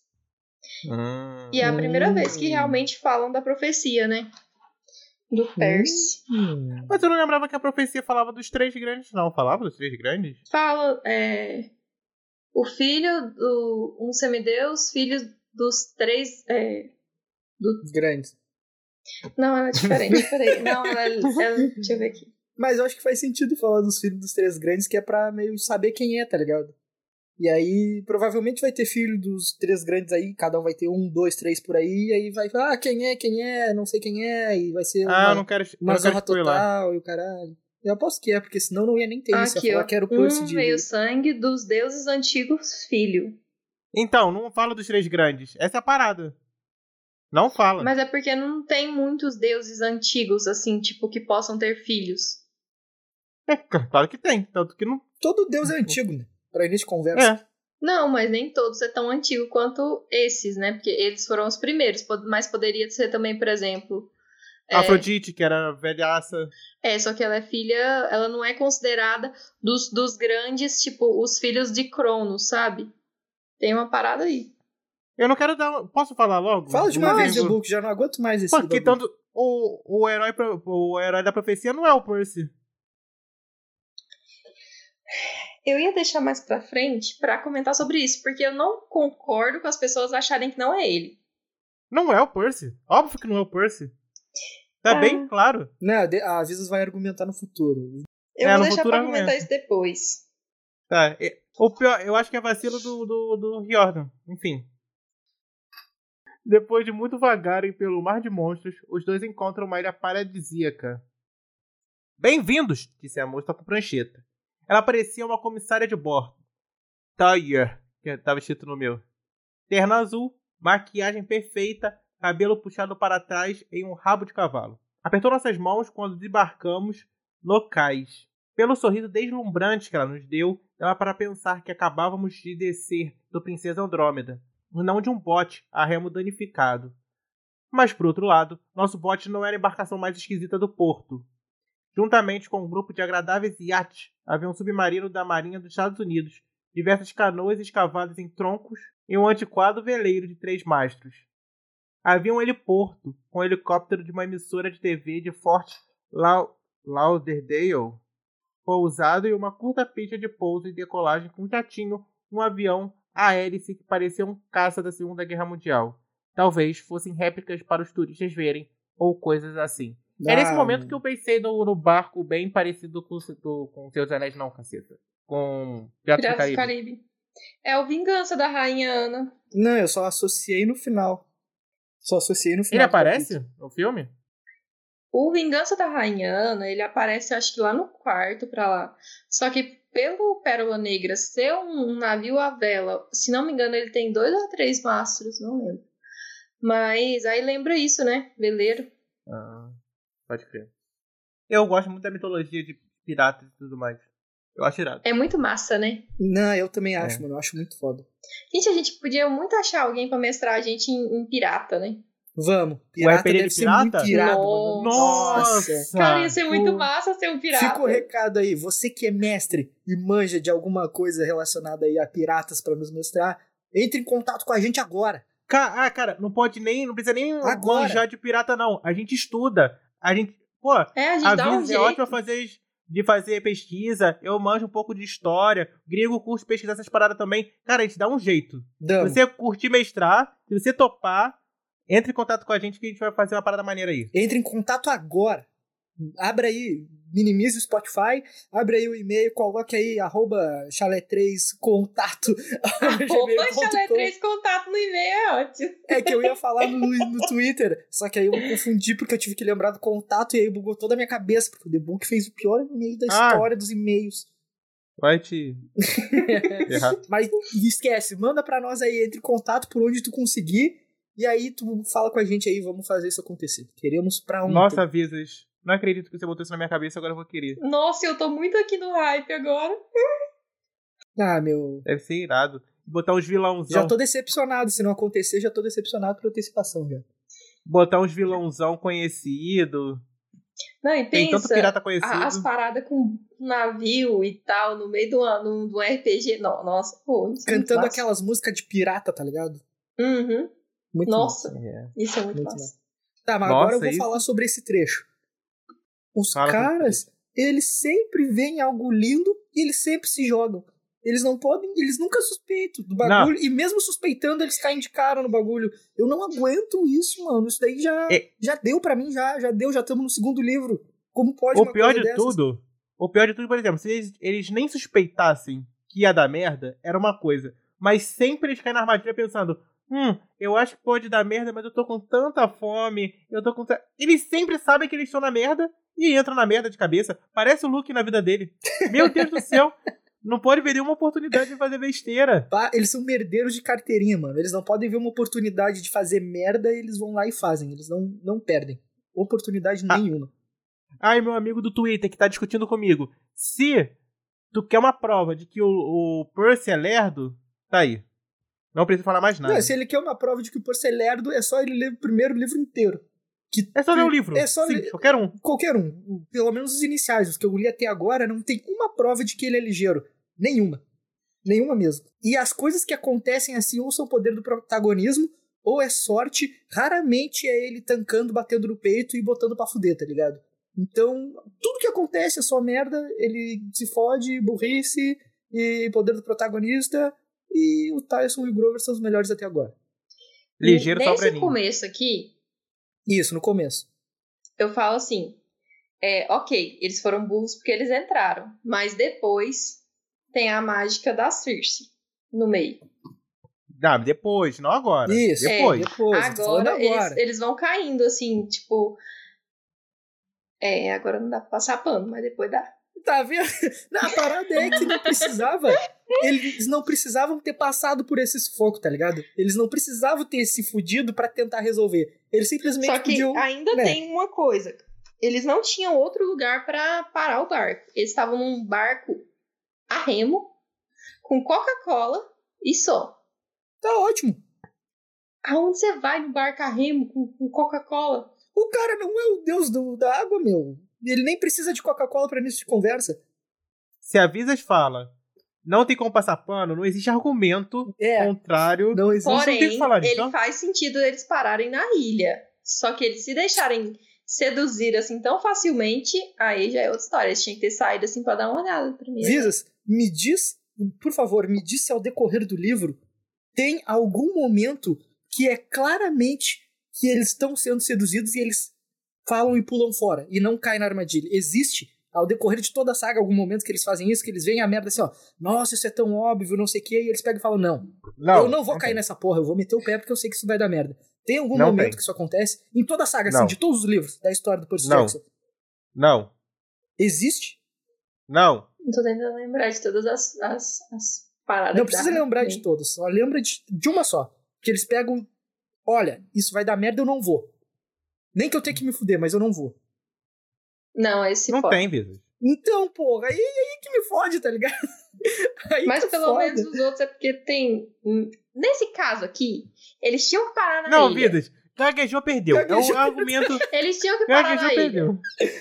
E é a primeira vez que realmente falam da profecia, né? Do Percy. Mas eu não lembrava que a profecia falava dos 3 grandes, não. Falava dos 3 grandes? Fala, o filho do um semideus, filho dos 3... Grandes. Não, ela é diferente. Peraí. Não, ela deixa eu ver aqui. Mas eu acho que faz sentido falar dos filhos dos 3 grandes, que é pra meio saber quem é, tá ligado? E aí, provavelmente vai ter filho dos 3 grandes aí, cada um vai ter 1, 2, 3 por aí, e aí vai falar, quem é, não sei quem é, e vai ser eu não quero uma zorra spoiler. Total, e o caralho. Eu aposto que é, porque senão não ia nem ter isso, ia falar que era o Percy de... meio-sangue dos deuses antigos filho. Então, não fala dos 3 grandes. Essa é a parada. Não fala. Mas é porque não tem muitos deuses antigos, assim, tipo, que possam ter filhos. É, claro que tem. Tanto que não... Todo deus é antigo, né? Pra início de conversa. É. Não, mas nem todos é tão antigo quanto esses, né? Porque eles foram os primeiros. Mas poderia ser também, por exemplo... Afrodite, que era velhaça. Só que ela é filha... Ela não é considerada dos grandes, tipo, os filhos de Cronos, sabe? Tem uma parada aí. Eu não quero dar... Posso falar logo? Fala de uma vez, The Book, já não aguento mais esse Porque bagulho. tanto... O herói da profecia não é o Percy. Eu ia deixar mais pra frente pra comentar sobre isso, porque eu não concordo com as pessoas acharem que não é ele. Não é o Percy. Óbvio que não é o Percy. Tá bem claro. Não, a Visas vai argumentar no futuro. Eu vou no deixar futuro pra comentar argumenta. isso depois. Tá. O pior, eu acho que é vacilo do Riordan. Enfim. Depois de muito vagarem pelo mar de monstros, os dois encontram uma ilha paradisíaca. Bem-vindos, disse a moça com prancheta. Ela parecia uma comissária de bordo. Tyre, que estava escrito no meu. Terno azul, maquiagem perfeita, cabelo puxado para trás em um rabo de cavalo. Apertou nossas mãos quando desembarcamos locais. Pelo sorriso deslumbrante que ela nos deu, dava para pensar que acabávamos de descer do Princesa Andrômeda, e não de um bote a remo danificado. Mas, por outro lado, nosso bote não era a embarcação mais esquisita do porto. Juntamente com um grupo de agradáveis iates, havia um submarino da Marinha dos Estados Unidos, diversas canoas escavadas em troncos e um antiquado veleiro de 3 mastros. Havia um heliporto, com um helicóptero de uma emissora de TV de Fort Lauderdale, pousado e uma curta pista de pouso e decolagem com um jatinho, um avião a hélice que parecia um caça da Segunda Guerra Mundial. Talvez fossem réplicas para os turistas verem, ou coisas assim. É nesse momento que eu pensei no barco bem parecido com o Senhor dos Anéis, não, caceta. Com Piratas do Caribe. É o Vingança da Rainha Ana. Não, eu só associei no final. Ele aparece no filme? O Vingança da Rainha Ana, ele aparece acho que lá no quarto pra lá. Só que pelo Pérola Negra ser um navio à vela, se não me engano ele tem 2 ou 3 mastros, não lembro. Mas aí lembra isso, né? Veleiro. Pode crer. Eu gosto muito da mitologia de piratas e tudo mais. Eu acho irado. É muito massa, né? Não, eu também acho, mano. Eu acho muito foda. Gente, a gente podia muito achar alguém pra mestrar a gente em pirata, né? Vamos. Pirata deve ser muito irado, mano. Nossa! Cara, ia ser muito massa ser um pirata. Fica o recado aí. Você que é mestre e manja de alguma coisa relacionada aí a piratas pra nos mestrar, entre em contato com a gente agora. Cara, não precisa nem manjar de pirata, não. A gente estuda. A gente dá um jeito. É ótimo de fazer pesquisa. Eu manjo um pouco de história. Grego curte pesquisar essas paradas também. Cara, a gente dá um jeito. Se você curtir mestrar, se você topar, entre em contato com a gente que a gente vai fazer uma parada maneira aí. Entre em contato agora. Abra aí, minimize o Spotify, abre aí o e-mail, coloque aí @chalé3contato. @chalé3contato no e-mail é ótimo. É que eu ia falar no Twitter, só que aí eu me confundi porque eu tive que lembrar do contato e aí bugou toda a minha cabeça, porque o The Book fez o pior e-mail da história dos e-mails. Vai te errar. Mas esquece, manda pra nós aí, entre em contato por onde tu conseguir, e aí tu fala com a gente aí, vamos fazer isso acontecer. Queremos pra ontem. Nossa, Visas. Não acredito que você botou isso na minha cabeça, agora eu vou querer. Nossa, eu tô muito aqui no hype agora. Meu... Deve ser irado. Botar uns vilãozão. Já tô decepcionado, se não acontecer, já tô decepcionado por antecipação, já. Botar uns vilãozão conhecido. Não, e tem pensa, tanto pirata conhecido. As paradas com navio e tal, no meio do RPG. Nossa, pô. Cantando aquelas músicas de pirata, tá ligado? Uhum. Muito Nossa, massa. Isso é muito massa. Tá, mas agora eu vou falar sobre esse trecho. Os caras, eles sempre veem algo lindo e eles sempre se jogam. Eles não podem, eles nunca suspeitam do bagulho. Não. E mesmo suspeitando, eles caem de cara no bagulho. Eu não aguento isso, mano. Isso daí já deu pra mim, já estamos no segundo livro. Como pode o pior de tudo, por exemplo, se eles nem suspeitassem que ia dar merda, era uma coisa. Mas sempre eles caem na armadilha pensando, eu acho que pode dar merda, mas eu tô com tanta fome, Eles sempre sabem que eles estão na merda e entram na merda de cabeça. Parece o Luke na vida dele. Meu Deus do céu. Não pode ver nenhuma oportunidade de fazer besteira. Eles são merdeiros de carteirinha, mano. Eles não podem ver uma oportunidade de fazer merda e eles vão lá e fazem. Eles não perdem oportunidade nenhuma. Ai, meu amigo do Twitter que tá discutindo comigo. Se tu quer uma prova de que o Percy é lerdo, tá aí. Não precisa falar mais nada. Não, se ele quer uma prova de que o Percy é lerdo, é só ele ler o primeiro livro inteiro. É só ler o livro. É só ler qualquer um. Qualquer um. Pelo menos os iniciais, os que eu li até agora, não tem uma prova de que ele é ligeiro. Nenhuma. Nenhuma mesmo. E as coisas que acontecem assim ou são poder do protagonismo, ou é sorte. Raramente é ele tancando, batendo no peito e botando pra fuder, tá ligado? Então, tudo que acontece é só merda, ele se fode, burrice, e poder do protagonista, e o Tyson e o Grover são os melhores até agora. Ligeiro só pra mim. Nesse começo aqui... Isso, no começo. Eu falo assim, ok, eles foram burros porque eles entraram, mas depois tem a mágica da Circe no meio. Depois, não agora. Isso, depois. Agora. Eles vão caindo, assim, tipo... agora não dá pra passar pano, mas depois dá. Tá vendo? A parada é que não precisava. Eles não precisavam ter passado por esse sufoco, tá ligado? Eles não precisavam ter se fudido pra tentar resolver. Eles simplesmente Só que podiam... ainda tem uma coisa. Eles não tinham outro lugar pra parar o barco. Eles estavam num barco a remo, com Coca-Cola e só. Tá ótimo. Aonde você vai no barco a remo com Coca-Cola? O cara não é o deus da água, meu. Ele nem precisa de Coca-Cola pra início de conversa. Se a Visas fala, não tem como passar pano, não existe argumento contrário. Não existe. Porém, não tem que falar ele disso. faz sentido eles pararem na ilha. Só que eles se deixarem seduzir assim tão facilmente, aí já é outra história. Eles tinham que ter saído assim pra dar uma olhada primeiro. Visas, me diz, por favor, me diz se ao decorrer do livro tem algum momento que é claramente que eles estão sendo seduzidos e eles falam e pulam fora e não caem na armadilha. Existe, ao decorrer de toda a saga, algum momento que eles fazem isso, que eles veem a merda assim, ó, nossa, isso é tão óbvio, não sei o que, e eles pegam e falam, não, eu não vou cair nessa porra, eu vou meter o pé porque eu sei que isso vai dar merda. Tem algum momento que isso acontece? Em toda a saga, assim, de todos os livros da história do Percy Jackson? Não. Existe? Não. Não tô tentando lembrar de todas as paradas. Não precisa lembrar de todas, só lembra de uma só. Que eles pegam, olha, isso vai dar merda, eu não vou. Nem que eu tenha que me fuder, mas eu não vou. Não, esse não tem, Visas. Então, porra, aí que me fode, tá ligado? Aí mas pelo menos os outros é porque tem... Nesse caso aqui, eles tinham que parar na ilha. Não, Visas, gaguejou, perdeu. É um argumento... Eles tinham que parar na ilha. Perdeu.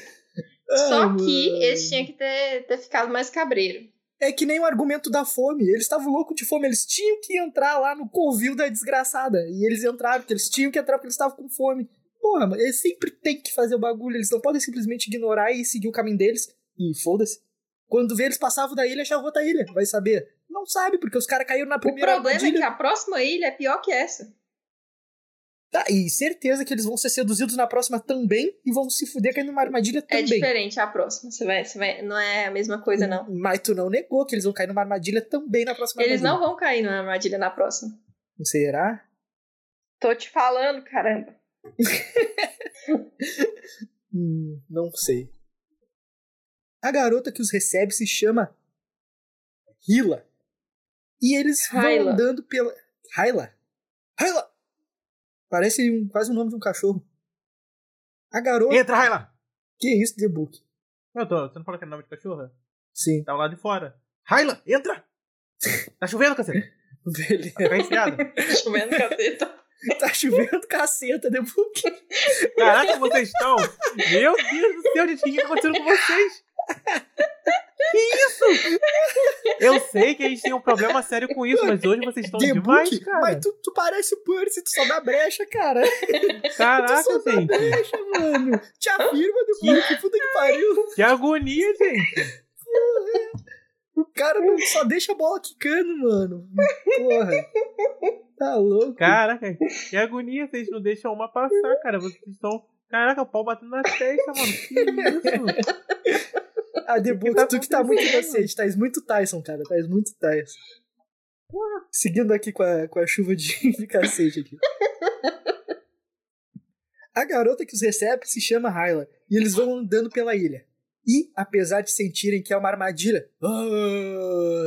Só que eles tinham que ter ficado mais cabreiro. É que nem o argumento da fome. Eles estavam loucos de fome. Eles tinham que entrar lá no covil da desgraçada. E eles entraram, porque eles tinham que entrar porque eles estavam com fome. Porra, mas eles sempre têm que fazer o bagulho. Eles não podem simplesmente ignorar e seguir o caminho deles. E foda-se. Quando vê, eles passavam da ilha e achavam outra ilha. Vai saber? Não sabe, porque os caras caíram na primeira armadilha. O problema é que a próxima ilha é pior que essa. Tá, e certeza que eles vão ser seduzidos na próxima também e vão se fuder caindo numa armadilha também. É diferente a próxima, você vai, não é a mesma coisa, não. Mas tu não negou que eles vão cair numa armadilha também na próxima Eles não vão cair numa armadilha na próxima. Será? Tô te falando, caramba. Não sei. A garota que os recebe se chama Hila. E eles vão andando pela... Hyla? Parece quase o nome de um cachorro. A garota... Entra, Hyla! Que isso, The Book? Você não falou que é nome de cachorra? Sim. Tá lá de fora. Hyla, entra! Tá chovendo, caceta. Beleza. Tá enfiado. Tá chovendo, caceta. Tá chovendo, caceta, The Book. Caraca, vocês estão... Meu Deus do céu, gente, o que tá acontecendo com vocês? Que isso? Eu sei que a gente tem um problema sério com isso, mas hoje vocês estão demais, cara. Mas tu parece o Percy, tu só dá brecha, cara. Caraca, tu só gente. dá brecha, mano. Te afirma, depois, que puta que pariu. Que agonia, gente. O cara não só deixa a bola quicando, mano. Porra. Tá louco. Caraca, que agonia, vocês não deixam uma passar, cara. Vocês estão... Caraca, o pau batendo na testa, mano. Que isso? The Book, tu que tá muito inocente, Tás muito Tyson, cara. Tás muito Tyson. Seguindo aqui com a chuva de cacete aqui. A garota que os recebe se chama Hyla. E eles vão andando pela ilha. E, apesar de sentirem que é uma armadilha,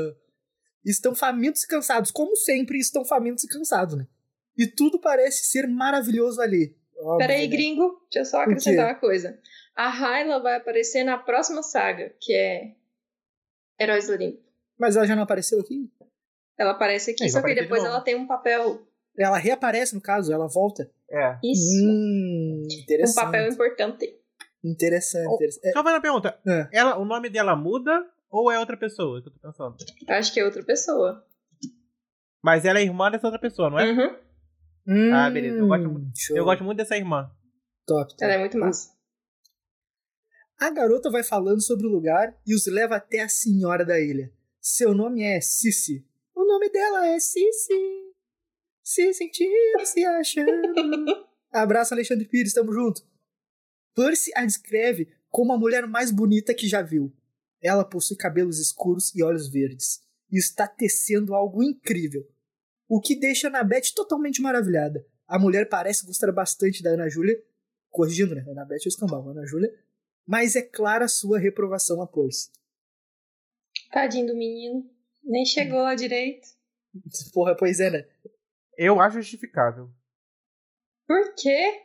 estão famintos e cansados, como sempre estão famintos e cansados, né? E tudo parece ser maravilhoso ali. Óbvio, Peraí, né? gringo, deixa eu só acrescentar uma coisa. A Hyla vai aparecer na próxima saga, que é Heróis do Olimpo. Mas ela já não apareceu aqui? Ela aparece aqui, Vai só que aparecer de depois novo. ela tem um papel. Ela reaparece, no caso, ela volta. É. Isso. Um Interessante. papel importante. Interessante. Só fazer uma pergunta. O nome dela muda ou é outra pessoa? Que eu tô pensando. Acho que é outra pessoa. Mas ela é irmã dessa outra pessoa, não é? Uhum. Ah, beleza. Eu gosto muito dessa irmã. Top. Ela é muito massa. A garota vai falando sobre o lugar e os leva até a senhora da ilha. Seu nome é Cici. O nome dela é Cici. Se sentindo, se achando. Abraço, Alexandre Pires, tamo junto. Percy a descreve como a mulher mais bonita que já viu. Ela possui cabelos escuros e olhos verdes. E está tecendo algo incrível. O que deixa a Annabeth totalmente maravilhada. A mulher parece gostar bastante da Ana Júlia. Corrigindo, né? Annabeth é o escambau, Ana Júlia. Mas é clara a sua reprovação a Percy. Tadinho do menino. Nem chegou lá direito. Porra, pois é, né? Eu acho justificável. Por quê?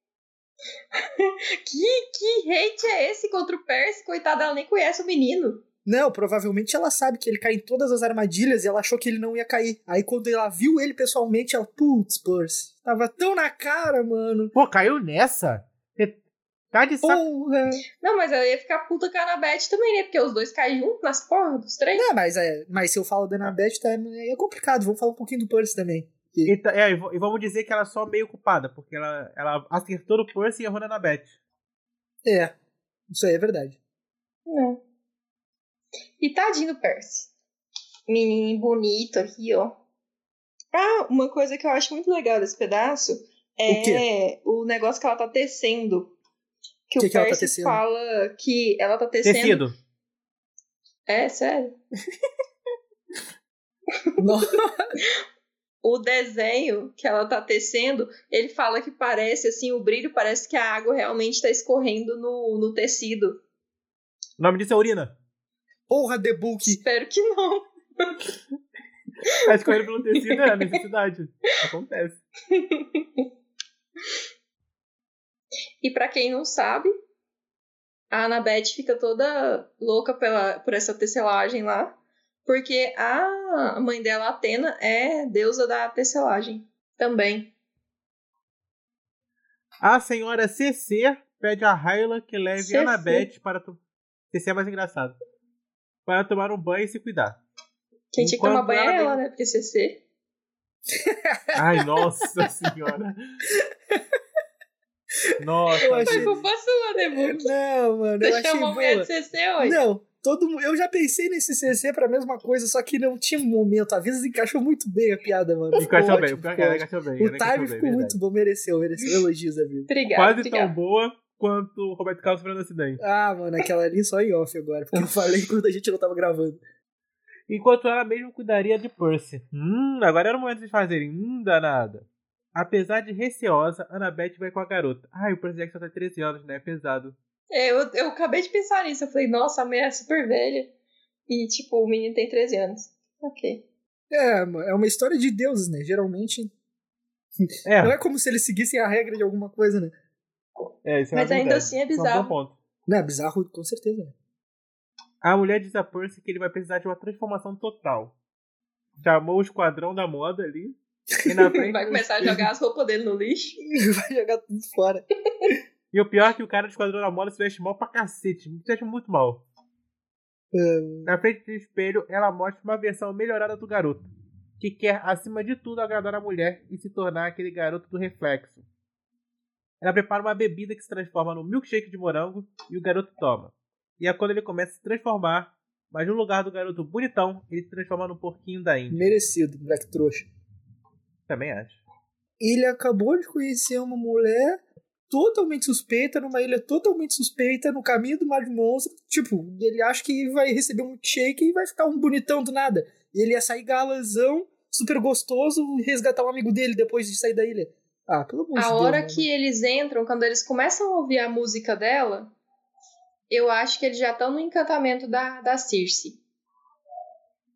que hate é esse contra o Percy? Coitada, ela nem conhece o menino. Não, provavelmente ela sabe que ele cai em todas as armadilhas e ela achou que ele não ia cair. Aí quando ela viu ele pessoalmente, ela... Putz, Percy. Tava tão na cara, mano. Pô, caiu nessa? Você tá de saco. Porra. Não, mas ela ia ficar puta com a Annabeth também, né? Porque os dois caem juntos nas porras dos três. Não, mas se eu falo da Annabeth, é complicado. Vamos falar um pouquinho do Percy também. E vamos dizer que ela é só meio culpada, porque ela acertou no Percy e errou na Annabeth. É, isso aí é verdade. É. E tadinho do Percy. Menino bonito aqui, ó. Ah, uma coisa que eu acho muito legal desse pedaço é o negócio que ela tá tecendo. Que o ela tá Percy tecendo? fala que ela tá tecendo... Tecido. É, sério. O desenho que ela tá tecendo, ele fala que parece, assim, o brilho parece que a água realmente tá escorrendo no tecido. O nome disso é urina. Porra, The Book. Espero que não. Tá escorrendo pelo tecido, é a necessidade. Acontece. E pra quem não sabe, a Annabeth fica toda louca por essa tecelagem lá, porque a mãe dela, Atena, é deusa da tecelagem também. A senhora CC pede a Hyla que leve CC. a Annabeth para... CC é mais engraçado. Para tomar um banho e se cuidar. Quem tinha que tomar banho é ela, né? Porque CC. Ai, nossa senhora. Nossa. Foi culpa sua, Debut. Não, mano, eu Você achei chamou a boa. mulher de CC hoje? Não, eu já pensei nesse CC pra mesma coisa, só que não tinha um momento. Às vezes encaixou muito bem a piada, mano. Encaixou bem, Ficou ótimo. O time ficou muito bom, mereceu elogios, amigo. Obrigado. Quase tão boa quanto o Roberto Carlos sofrendo acidente. Ah, mano, aquela ali só em off agora, porque eu falei quando a gente não tava gravando. Enquanto ela mesmo cuidaria de Percy. Agora era o momento de fazerem. Danada. Apesar de receosa, Annabeth vai com a garota. Ai, o Percy Jackson tá 13 anos, né? É pesado. Eu acabei de pensar nisso. Eu falei, nossa, a mulher é super velha. E, tipo, o menino tem 13 anos. Ok. É uma história de deuses, né? Geralmente. Não é como se eles seguissem a regra de alguma coisa, né? Isso é Mas ainda assim é bizarro. É um bom ponto. Não, é bizarro, com certeza. A mulher diz a Percy que ele vai precisar de uma transformação total. Chamou o esquadrão da moda ali. E na frente vai começar a jogar as roupas dele no lixo. Vai jogar tudo fora. E o pior é que o cara do esquadrão da moda se veste mal pra cacete. Se veste muito mal. Na frente do espelho, ela mostra uma versão melhorada do garoto, que quer, acima de tudo, agradar a mulher e se tornar aquele garoto do reflexo. Ela prepara uma bebida que se transforma num milkshake de morango e o garoto toma. E é quando ele começa a se transformar, mas no lugar do garoto bonitão, ele se transforma num porquinho da Índia. Merecido, moleque trouxa. Também acho. Ele acabou de conhecer uma mulher totalmente suspeita, numa ilha totalmente suspeita, no caminho do Mar de Monstro. Tipo, ele acha que vai receber um milkshake e vai ficar um bonitão do nada. E ele ia sair galanzão, super gostoso, e resgatar um amigo dele depois de sair da ilha. Ah, pelo amor de Deus. A hora mano. que eles entram, quando eles começam a ouvir a música dela, eu acho que eles já estão no encantamento da Circe.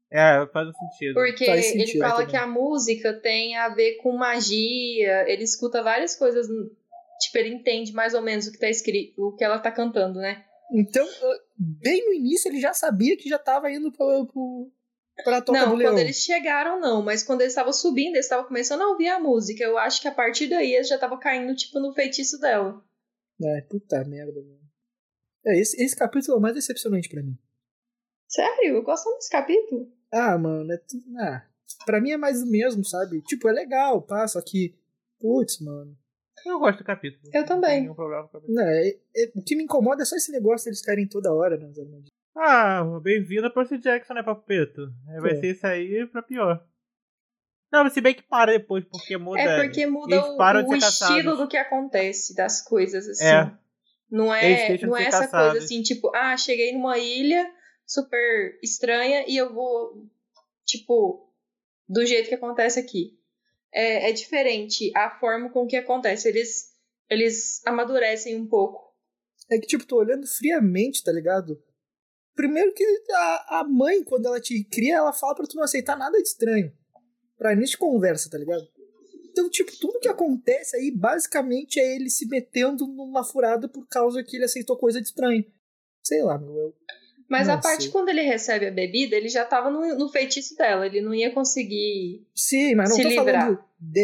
Faz um sentido. Porque Faz ele sentido fala também. que a música tem a ver com magia, ele escuta várias coisas, tipo, ele entende mais ou menos o que tá escrito, o que ela tá cantando, né? Então, bem no início, ele já sabia que já tava indo pra Toca do Não, Leão. quando eles chegaram, não, mas quando eles estavam subindo, eles estavam começando a ouvir a música. Eu acho que a partir daí eles já estavam caindo, tipo, no feitiço dela. Puta merda, mano. Esse capítulo é o mais decepcionante pra mim. Sério? Eu gosto desse capítulo. Mano, pra mim é mais do mesmo, sabe? Tipo, é legal, só que, putz, mano. Eu gosto do capítulo. Eu também. Não tem nenhum problema com o capítulo. O que me incomoda é só esse negócio deles caírem toda hora nas armadilhas. Bem-vindo a Percy Jackson, né, Papeto? Vai ser isso aí pra pior. Não, se bem que para depois, porque muda. Porque muda eles param de o ser estilo caçados. do que acontece, das coisas, assim. Não Eles é, deixam não de é ser essa caçados. coisa assim, tipo, cheguei numa ilha super estranha e eu vou, tipo, do jeito que acontece aqui. É diferente a forma com que acontece. Eles amadurecem um pouco. É que, tipo, tô olhando friamente, tá ligado? Primeiro que a mãe, quando ela te cria, ela fala pra tu não aceitar nada de estranho. Pra início de conversa, tá ligado? Então, tipo, tudo que acontece aí, basicamente, é ele se metendo numa furada por causa que ele aceitou coisa de estranho. Sei lá, meu. Mas não a parte sei. quando ele recebe a bebida, ele já tava no feitiço dela. Ele não ia conseguir Sim, mas não se tô livrar. falando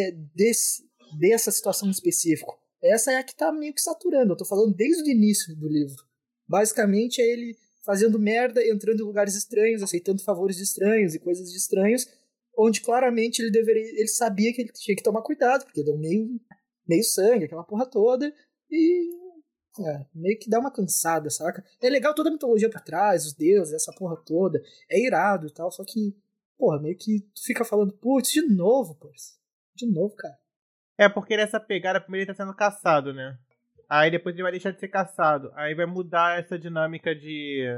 dessa situação em específico. Essa é a que tá meio que saturando. Eu tô falando desde o início do livro. Basicamente, é ele fazendo merda, entrando em lugares estranhos, aceitando favores de estranhos e coisas de estranhos, onde claramente ele sabia que ele tinha que tomar cuidado, porque deu meio sangue, aquela porra toda, e meio que dá uma cansada, saca? É legal toda a mitologia por trás, os deuses, essa porra toda, é irado e tal, só que, porra, meio que tu fica falando, putz, de novo, cara. Porque nessa pegada, primeiro ele tá sendo caçado, né? Aí depois ele vai deixar de ser caçado. Aí vai mudar essa dinâmica de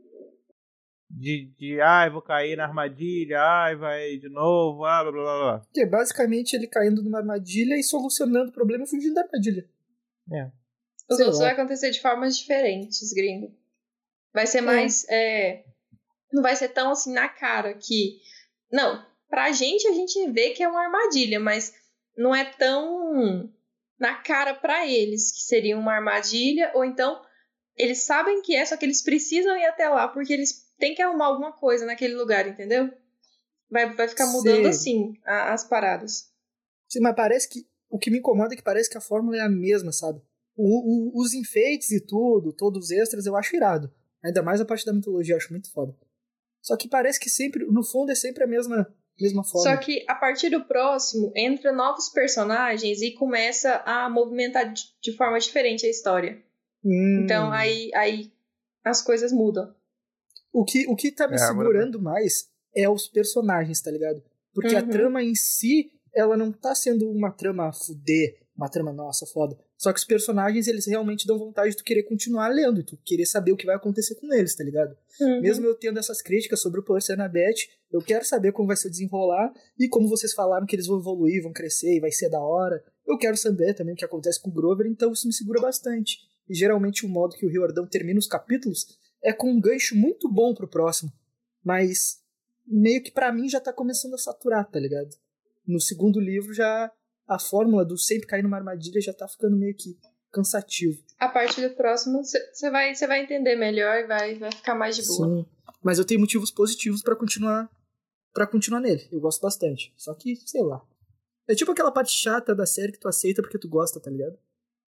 vou cair na armadilha, vai de novo, blá blá blá blá. Que é basicamente ele caindo numa armadilha e solucionando o problema e fugindo da armadilha. Os outros vai acontecer de formas diferentes, gringo. Vai ser mais... não vai ser tão assim na cara que... Não, pra gente, a gente vê que é uma armadilha, mas não é tão na cara pra eles que seria uma armadilha, ou então eles sabem que só que eles precisam ir até lá, porque eles têm que arrumar alguma coisa naquele lugar, entendeu? Vai ficar mudando assim as paradas. Sim, mas parece que... O que me incomoda é que parece que a fórmula é a mesma, sabe? Os enfeites e tudo, todos os extras, eu acho irado. Ainda mais a parte da mitologia, eu acho muito foda. Só que parece que sempre, no fundo, é sempre a mesma forma. Só que a partir do próximo, entra novos personagens e começa a movimentar de forma diferente a história. Então aí as coisas mudam. O que tá me segurando mais é os personagens, tá ligado? Porque a trama em si, ela não tá sendo uma trama fuder, uma trama nossa, foda. Só que os personagens, eles realmente dão vontade de tu querer continuar lendo, tu querer saber o que vai acontecer com eles, tá ligado? Mesmo eu tendo essas críticas sobre o Percy e a Annabeth, eu quero saber como vai se desenrolar, e como vocês falaram que eles vão evoluir, vão crescer e vai ser da hora. Eu quero saber também o que acontece com o Grover, então isso me segura bastante. E geralmente o modo que o Riordão termina os capítulos é com um gancho muito bom pro próximo. Mas meio que pra mim já tá começando a saturar, tá ligado? No segundo livro já a fórmula do sempre cair numa armadilha já tá ficando meio que cansativo. A partir do próximo você vai entender melhor e vai ficar mais de boa. Sim, mas eu tenho motivos positivos pra continuar nele. Eu gosto bastante. Só que, sei lá. É tipo aquela parte chata da série que tu aceita porque tu gosta, tá ligado?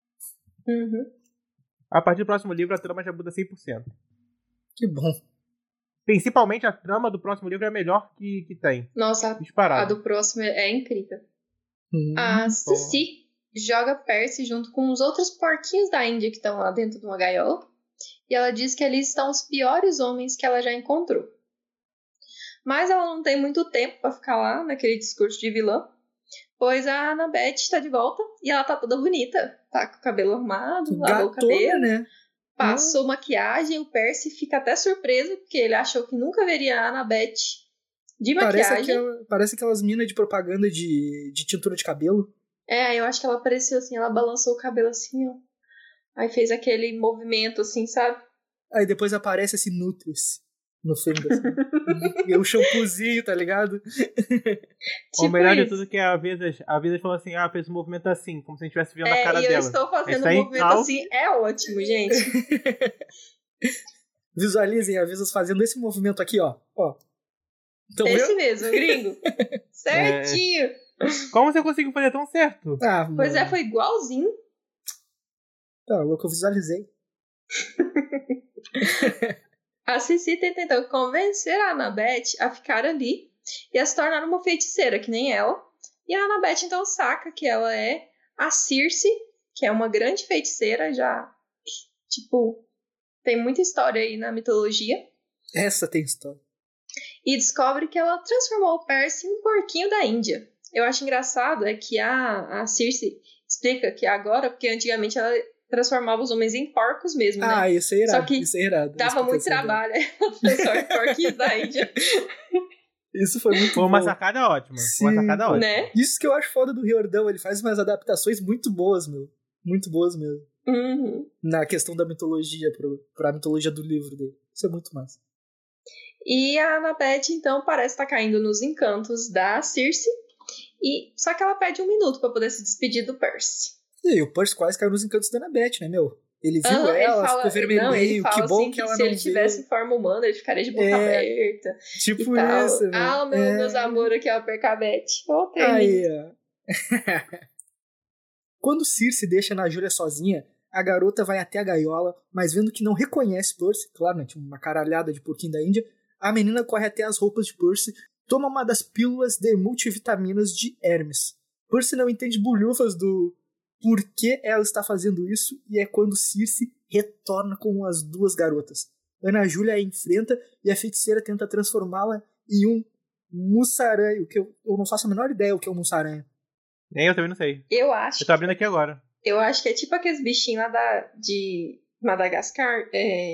A partir do próximo livro a trama já muda 100%. Que bom. Principalmente a trama do próximo livro é a melhor que tem. Nossa, disparado. A do próximo é incrível. A Cici joga Percy junto com os outros porquinhos da Índia que estão lá dentro de uma gaiola. E ela diz que ali estão os piores homens que ela já encontrou. Mas ela não tem muito tempo pra ficar lá naquele discurso de vilã. Pois a Annabeth está de volta e ela tá toda bonita. Tá com o cabelo arrumado, lavou o cabelo. Né? Passou maquiagem, o Percy fica até surpreso, porque ele achou que nunca veria a Annabeth de maquiagem. Parece aquelas minas de propaganda de tintura de cabelo. Eu acho que ela apareceu assim, ela balançou o cabelo assim, ó. Aí fez aquele movimento assim, sabe? Aí depois aparece esse Nutrice. No fim das E o shampoozinho, tá ligado? O melhor de isso. tudo é que a Visas falou assim, fez um movimento assim, como se a gente estivesse vendo a cara E dela. eu estou fazendo Esse um aí, movimento Cal. assim, é ótimo, gente. Visualizem a Visas fazendo esse movimento aqui, ó. Então, Esse mesmo, gringo. Certinho. Como você conseguiu fazer tão certo? Pois é, foi igualzinho. Tá louco, eu visualizei. A Cici tenta então convencer a Annabeth a ficar ali e a se tornar uma feiticeira, que nem ela. E a Annabeth então saca que ela é a Circe, que é uma grande feiticeira, já, tipo, tem muita história aí na mitologia. Essa tem história. E descobre que ela transformou o Percy em um porquinho da Índia. Eu acho engraçado é que a Circe explica que agora, porque antigamente ela transformava os homens em porcos mesmo, né? Isso é irado. Só que isso é irado. dava muito trabalho ela transformar em porquinhos da Índia. Isso foi muito Foi bom. uma sacada ótima. Sim, Uma sacada ótima. Né? Isso que eu acho foda do Riordão, ele faz umas adaptações muito boas, meu. Muito boas mesmo. Uhum. Na questão da mitologia, pra mitologia do livro dele. Isso é muito massa. E a Annabeth, então, parece estar caindo nos encantos da Circe. Só que ela pede 1 minuto pra poder se despedir do Percy. E o Percy quase caiu nos encantos da Annabeth, né, meu? Ele viu Ele ela, fala, ficou vermelhinho, ele fala que bom assim, que ela se não ele tivesse em forma humana, ele ficaria de boca aberta. Tipo e tal. isso, né? Meus amores aqui, ó, Percabete. Aí, ó. Quando Circe deixa a Júlia sozinha, a garota vai até a gaiola, mas vendo que não reconhece Percy, claro, né, tinha uma caralhada de porquinho da Índia, a menina corre até as roupas de Percy, toma uma das pílulas de multivitaminas de Hermes. Percy não entende bolhufas do porquê ela está fazendo isso, e é quando Circe retorna com as duas garotas. Ana Júlia a enfrenta e a feiticeira tenta transformá-la em um mussaranho, que eu não faço a menor ideia o que é um mussaranho. Nem eu também não sei. Eu tô abrindo aqui agora. Eu acho que é tipo aqueles bichinhos lá de Madagascar.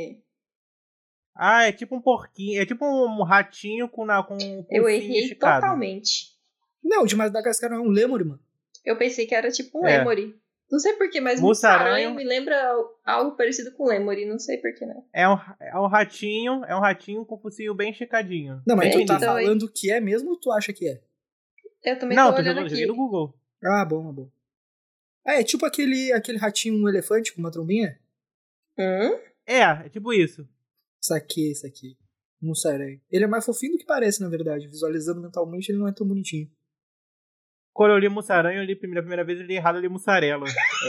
É tipo um porquinho, é tipo um ratinho com um eu focinho errei esticado. Totalmente. Não, de Madagascar não é um lêmur, mano. Eu pensei que era tipo um lemuri. Não sei porquê, mas mussaranho me lembra algo parecido com lemuri, não sei porquê, não. É um ratinho com o focinho bem esticadinho. Não, mas bem tu tá falando que é mesmo ou tu acha que é? Eu também tô olhando aqui. Joguei no Google. Bom. É tipo aquele ratinho, um elefante com uma trombinha? É tipo isso. Saquei. Mussaranho. Ele é mais fofinho do que parece, na verdade. Visualizando mentalmente, ele não é tão bonitinho. Quando eu li Mussaranho, eu li pela primeira vez, eu li errado, eu li Mussarela.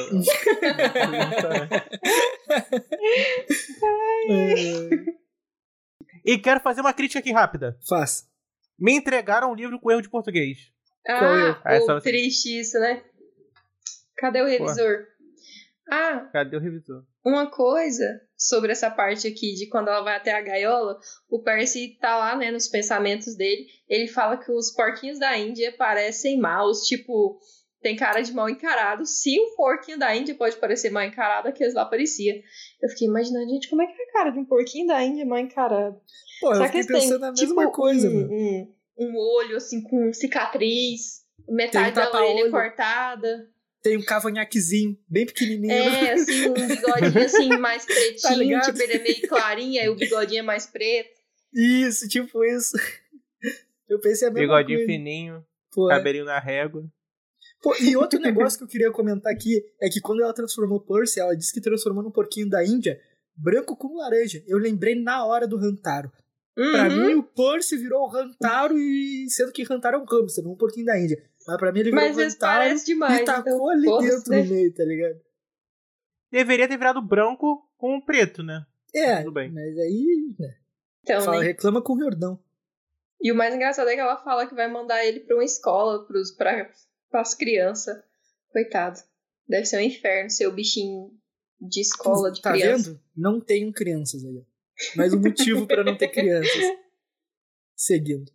E quero fazer uma crítica aqui rápida. Faz. Me entregaram um livro com erro de português. Triste isso, né? Cadê o revisor? Cadê o revisor? Uma coisa sobre essa parte aqui de quando ela vai até a gaiola, o Percy tá lá, né, nos pensamentos dele, ele fala que os porquinhos da Índia parecem maus, tipo, tem cara de mal encarado. Se um porquinho da Índia pode parecer mal encarado, aqueles lá parecia. Eu fiquei imaginando, gente, como é que é a cara de um porquinho da Índia mal encarado? Pô, eu fiquei pensando na mesma coisa, um olho, assim, com cicatriz, metade da orelha cortada. Tem um cavanhaquezinho, bem pequenininho. Assim, um bigodinho assim, mais pretinho, tá, tipo, ele é meio clarinho, aí o bigodinho é mais preto. Isso, tipo isso. Eu pensei a mesma coisa. Bigodinho fininho, cabelinho na régua. E outro negócio que eu queria comentar aqui é que quando ela transformou Percy, ela disse que transformou num porquinho da Índia, branco com laranja. Eu lembrei na hora do Hantaro. Pra mim, o Percy virou o Hantaro, e sendo que Hantaro é um hamster, não um porquinho da Índia. Mas pra mim ele virou o Hantaro demais, e tacou ali dentro no meio, tá ligado? Deveria ter virado branco com preto, né? Tudo bem. Mas aí, né? Então, reclama com o Riordão. E o mais engraçado é que ela fala que vai mandar ele pra uma escola, pras crianças. Coitado. Deve ser um inferno ser o bichinho de escola de criança. Tá vendo? Não tenham crianças aí. Mas o motivo pra não ter crianças. Seguindo.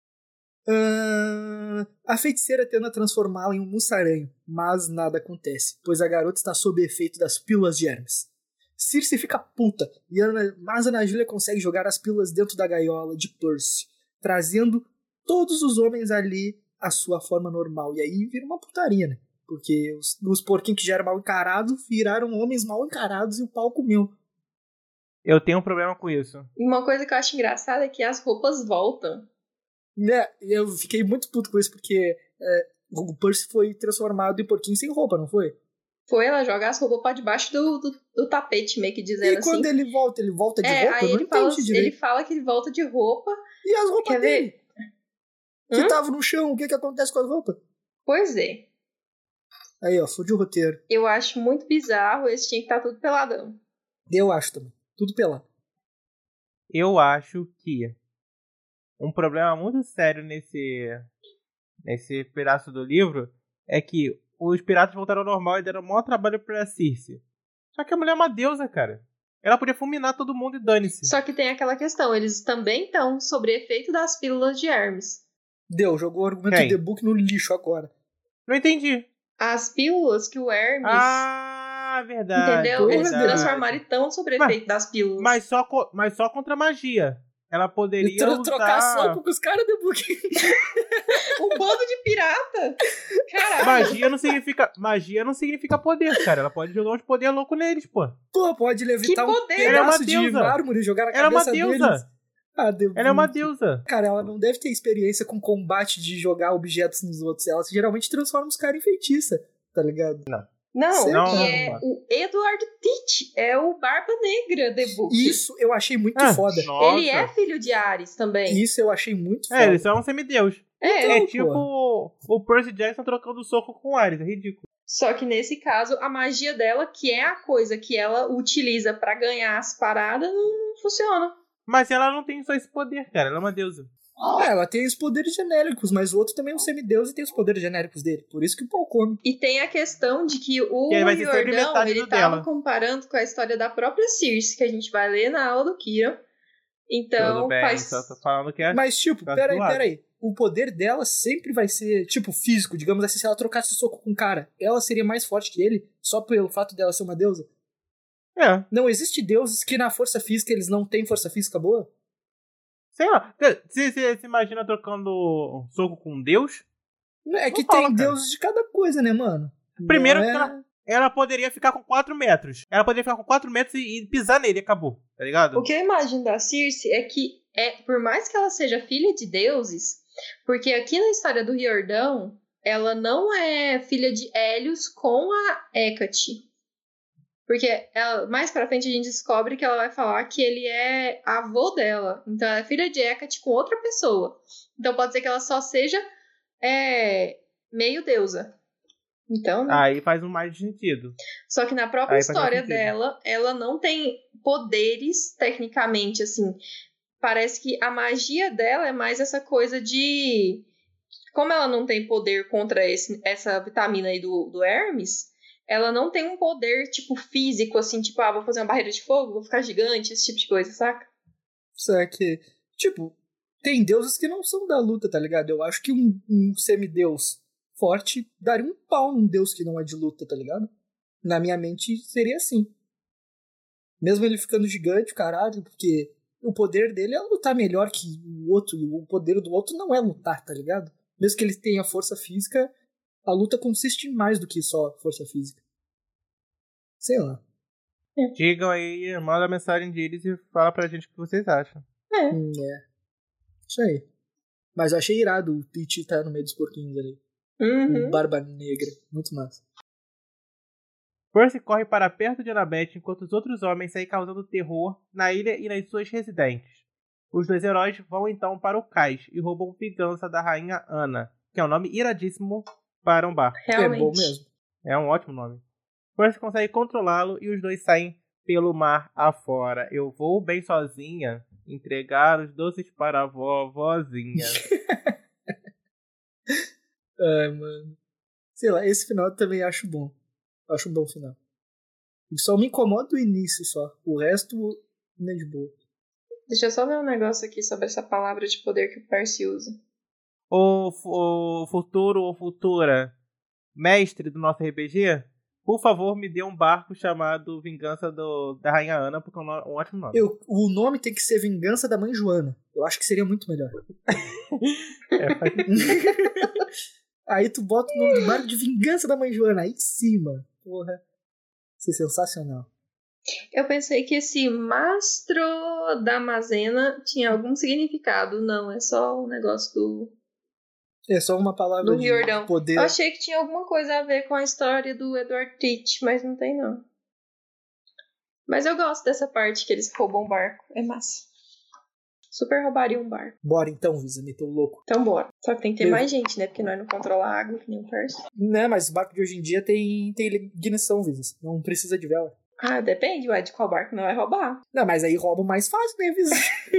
A feiticeira tenta transformá-la em um mussaranho, mas nada acontece, pois a garota está sob efeito das pílulas de Hermes. Circe fica puta, mas Ana Júlia consegue jogar as pílulas dentro da gaiola de Percy, trazendo todos os homens ali à sua forma normal. E aí vira uma putaria, né? Porque os porquinhos que já eram mal encarados viraram homens mal encarados e o pau comeu. Eu tenho um problema com isso. E uma coisa que eu acho engraçada é que as roupas voltam. Né? Eu fiquei muito puto com isso, porque o Percy foi transformado em porquinho sem roupa, não foi? Foi, ela joga as roupas pra debaixo do tapete, meio que dizendo assim. E quando ele volta de roupa? Aí Eu não entendi direito. ele fala que ele volta de roupa. E as roupas Quer dele? ver? Que estavam no chão, o que acontece com as roupas? Pois é. Aí, ó, fudi o roteiro. Eu acho muito bizarro, esse tinha que estar tudo peladão. Eu acho também. Tudo pelado. Eu acho que um problema muito sério nesse pedaço do livro é que os piratas voltaram ao normal e deram o maior trabalho pra Circe. Só que a mulher é uma deusa, cara. Ela podia fulminar todo mundo e dane-se. Só que tem aquela questão, eles também estão sob efeito das pílulas de Hermes. Jogou o argumento do The Book no lixo agora. Não entendi. As pílulas que o Hermes... Ah, verdade. Entendeu? Eles verdade. transformaram e estão sob efeito das pílulas. Mas só contra a magia. Ela poderia trocar soco com os caras do Book. Um bando de pirata. Caralho. Magia não significa poder, cara. Ela pode jogar uns poder louco neles, pô. Pô, pode levitar um pedaço de mármore e jogar na cabeça deles. Ela é uma deusa. Cara, ela não deve ter experiência com combate de jogar objetos nos outros. Ela geralmente transforma os caras em feitiça, tá ligado? Não, não. O Edward Teach é o Barba Negra The Book. Isso eu achei muito foda. Nossa. Ele é filho de Ares também. Isso eu achei muito foda. Eles são um semideus. É tipo o Percy Jackson trocando soco com o Ares. É ridículo. Só que nesse caso, a magia dela, que é a coisa que ela utiliza pra ganhar as paradas, não funciona. Mas ela não tem só esse poder, cara. Ela é uma deusa. Ela tem os poderes genéricos, mas o outro também é um semideus e tem os poderes genéricos dele. Por isso que o pau come. E tem a questão de que o Riordão, ele tava comparando com a história da própria Circe, que a gente vai ler na aula do Kiron. Então, tudo bem, só tô falando que é... Mas, tipo, peraí. O poder dela sempre vai ser, tipo, físico. Digamos assim, se ela trocasse soco com um cara, ela seria mais forte que ele, só pelo fato dela ser uma deusa? É. Não existe deuses que na força física eles não têm força física boa? Sei lá. Você se imagina trocando soco com um deus? É que tem deuses de cada coisa, né, mano? Primeiro que ela poderia ficar com 4 metros. Ela poderia ficar com 4 metros e pisar nele e acabou, tá ligado? O que eu imagino da Circe é que, por mais que ela seja filha de deuses, porque aqui na história do Riordão, ela não é filha de Hélios com a Hecate. Porque mais pra frente a gente descobre que ela vai falar que ele é avô dela. Então ela é filha de Hecate com outra pessoa. Então pode ser que ela só seja meio deusa. Então, né? Aí faz mais sentido. Só que na própria história dela, ela não tem poderes, tecnicamente, assim. Parece que a magia dela é mais essa coisa de... Como ela não tem poder contra essa vitamina aí do Hermes... Ela não tem um poder, tipo, físico, assim, tipo, vou fazer uma barreira de fogo, vou ficar gigante, esse tipo de coisa, saca? Só que, tipo, tem deuses que não são da luta, tá ligado? Eu acho que um semideus forte daria um pau num deus que não é de luta, tá ligado? Na minha mente seria assim. Mesmo ele ficando gigante, caralho, porque o poder dele é lutar melhor que o outro, e o poder do outro não é lutar, tá ligado? Mesmo que ele tenha força física... A luta consiste em mais do que só força física. Sei lá. Digam aí, manda a mensagem deles e fala pra gente o que vocês acham. Isso aí. Mas eu achei irado o Teach tá no meio dos porquinhos ali. O Barba Negra. Muito massa. Percy corre para perto de Annabeth enquanto os outros homens saem causando terror na ilha e nas suas residências. Os dois heróis vão então para o cais e roubam vingança da rainha Ana, que é um nome iradíssimo para um barco. Realmente. É bom mesmo. É um ótimo nome. Percy consegue controlá-lo e os dois saem pelo mar afora. Eu vou bem sozinha entregar os doces para a vozinha. Ai, mano. Sei lá, esse final eu também acho bom. Acho um bom final. Só me incomoda o início só. O resto não é de boa. Deixa eu só ver um negócio aqui sobre essa palavra de poder que o Percy usa. O futuro ou futura mestre do nosso RPG, por favor, me dê um barco chamado Vingança da Rainha Ana, porque é um ótimo nome. O nome tem que ser Vingança da Mãe Joana. Eu acho que seria muito melhor. Faz Aí tu bota o nome do barco de Vingança da Mãe Joana. Aí sim, mano. Porra. Isso é sensacional. Eu pensei que esse Mastro da Mazena tinha algum significado. Não, é só o negócio É só uma palavra do de Riordão. Eu poder. achei que tinha alguma coisa a ver com a história do Edward Teach, mas não tem não. Mas eu gosto dessa parte que eles roubam um barco. É massa. Super roubaria um barco. Bora então, Visa, meteu o louco. Então bora. Só que tem que ter Eu- mais gente, né? Porque nós não controlamos a água que nem o Percy. Né, mas o barco de hoje em dia tem ignição, Visa. Não precisa de vela. Ah, depende, ué, de qual barco não vai roubar. Não, mas aí rouba mais fácil, né, Visa?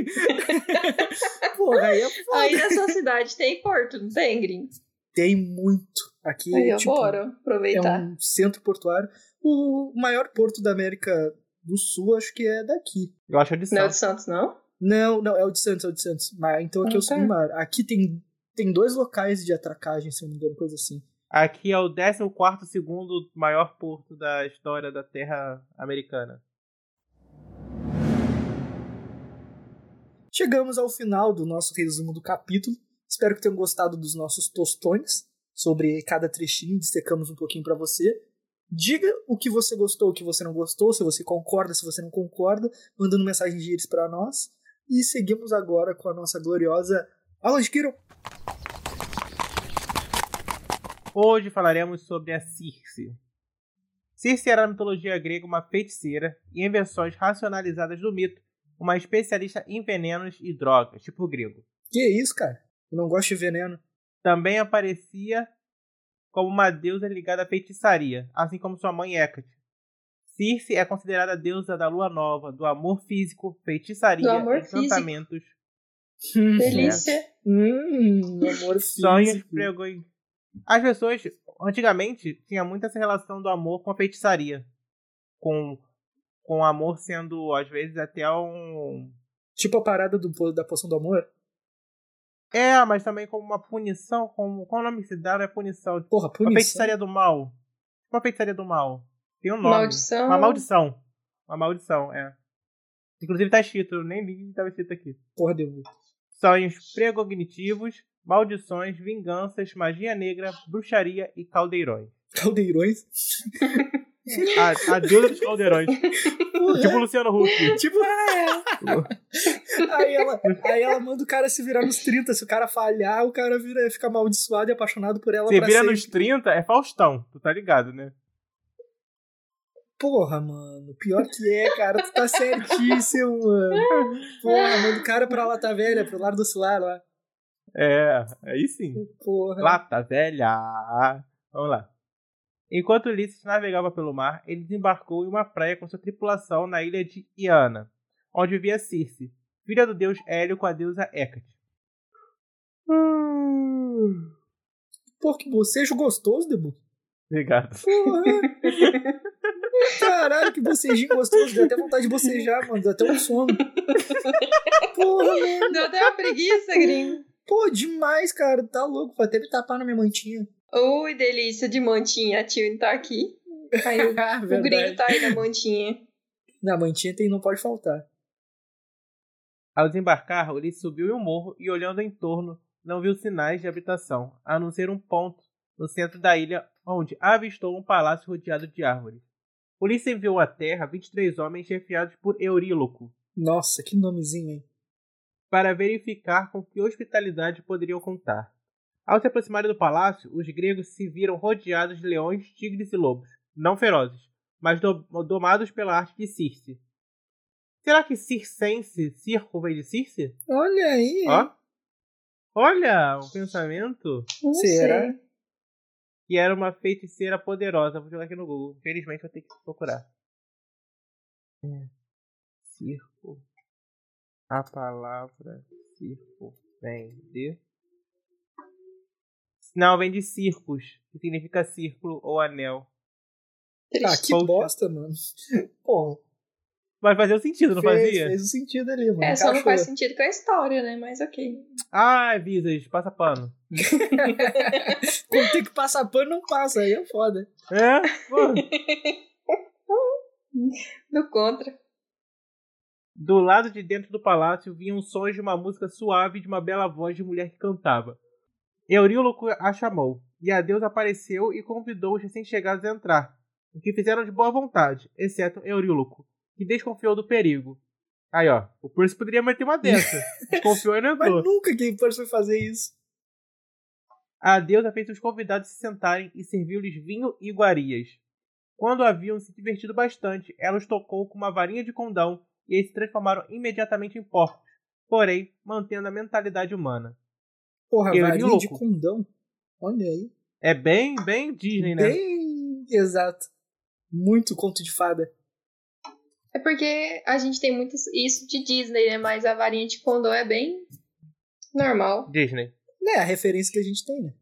Porra, aí é foda. Aí na sua cidade tem porto, não tem, gringo? Tem muito. Aqui, Aí eu tipo, bora é aproveitar. um centro portuário. O maior porto da América do Sul, acho que é daqui. Eu acho a de Não é o Santos. de Santos, não? Não, é o de Santos, Mas, então aqui é o Tá. submar. Aqui tem 2 locais de atracagem, se eu não me engano, coisa assim. Aqui é o 14º maior porto da história da Terra Americana. Chegamos ao final do nosso resumo do capítulo. Espero que tenham gostado dos nossos tostões sobre cada trechinho. Destacamos um pouquinho pra você. Diga o que você gostou, o que você não gostou, se você concorda, se você não concorda, mandando mensagens de íris pra nós. E seguimos agora com a nossa gloriosa aula de Kiron. Hoje falaremos sobre a Circe. Circe era na mitologia grega uma feiticeira e em versões racionalizadas do mito, uma especialista em venenos e drogas, tipo o grego. Que isso, cara? Eu não gosto de veneno. Também aparecia como uma deusa ligada à feitiçaria, assim como sua mãe Hecate. Circe é considerada a deusa da lua nova, do amor físico, feitiçaria, Do amor encantamentos, Delícia. Amor sonhos, físico. pregões. As pessoas, antigamente, tinham muito essa relação do amor com a feitiçaria. Com o amor sendo, às vezes, até um... Tipo a parada da poção do amor. É, mas também como uma punição, como... Qual o nome que se dá? Não é punição. Porra, Uma punição. feitiçaria do mal. Uma feitiçaria do mal. Tem um nome. Maldição. Uma maldição. Uma maldição, é. Inclusive tá escrito, eu nem li que estava escrito aqui. Porra, deu. Sonhos precognitivos, maldições, vinganças, magia bruxaria e caldeirões. Caldeirões. A deusa dos caldeirões. Porra. Tipo o Luciano Huck. Tipo, aí ela manda o cara se virar nos 30. Se o cara falhar, o cara fica amaldiçoado e apaixonado por ela Você pra vira sempre. nos 30, é Faustão. Tu tá ligado, né? Porra, mano. Pior que é, cara. Tu tá certíssimo, mano. Porra, manda o cara pra Lata Velha, pro Lar do Cilar lá. É, aí sim. Porra. Lata velha. Vamos lá. Enquanto Ulisses navegava pelo mar, ele desembarcou em uma praia com sua tripulação na ilha de Iana, onde vivia Circe, filha do deus Hélio com a deusa Hecate. Porra, que bocejo gostoso, Debu. Obrigado. Porra. Caralho, que bocejinho gostoso. Deu até vontade de bocejar, mano. Deu até um sono. Porra, mano. Deu até uma preguiça, gringo. Pô, demais, cara. Tá louco. Vou até me tapar na minha mantinha. Ui, delícia de mantinha. A Tio tá aqui. Aí o gringo tá aí na mantinha. Na mantinha não pode faltar. Ao desembarcar, Ulisses subiu em um morro e, olhando em torno, não viu sinais de habitação, a não ser um ponto no centro da ilha, onde avistou um palácio rodeado de árvores. Ulisses enviou à terra 23 homens chefiados por Euríloco, Nossa, que nomezinho, hein? para verificar com que hospitalidade poderiam contar. Ao se aproximarem do palácio, os gregos se viram rodeados de leões, tigres e lobos, não ferozes, mas domados pela arte de Circe. Será que circense, circo, vem de Circe? Olha aí. Ó. Olha, um pensamento. Não Será? sei. Que era uma feiticeira poderosa. Vou jogar aqui no Google. Infelizmente vou ter que procurar. Circo. A palavra circo vem de... Não, vem de circus, que significa círculo ou anel. Ah, que Poxa. bosta, mano. Porra. Mas fazia sentido, não fazia? Fez o sentido ali, mano. É, só não Encaixou. faz sentido com a história, né? Mas ok. Ah, Visas, passa pano. Quando tem que passar pano, não passa. Aí é foda. É? Pô. Do contra. Do lado de dentro do palácio vinham sons de uma música suave e de uma bela voz de mulher que cantava. Euríloco a chamou, e a deusa apareceu e convidou os recém-chegados a entrar, o que fizeram de boa vontade, exceto Euríloco, que desconfiou do perigo. Aí, ó, o Percy poderia meter uma dessa. Desconfiou e não entrou. Mas nunca que o Percy foi fazer isso. A deusa fez os convidados se sentarem e serviu-lhes vinho e iguarias. Quando haviam se divertido bastante, ela os tocou com uma varinha de condão e eles se transformaram imediatamente em porcos, porém mantendo a mentalidade humana. Porra, varinha de Euríloco. condão. Olha aí. É bem Disney, né? Bem exato. Muito conto de fada. É porque a gente tem muito isso de Disney, né? Mas a varinha de condão é bem normal. Disney. É a referência que a gente tem, né?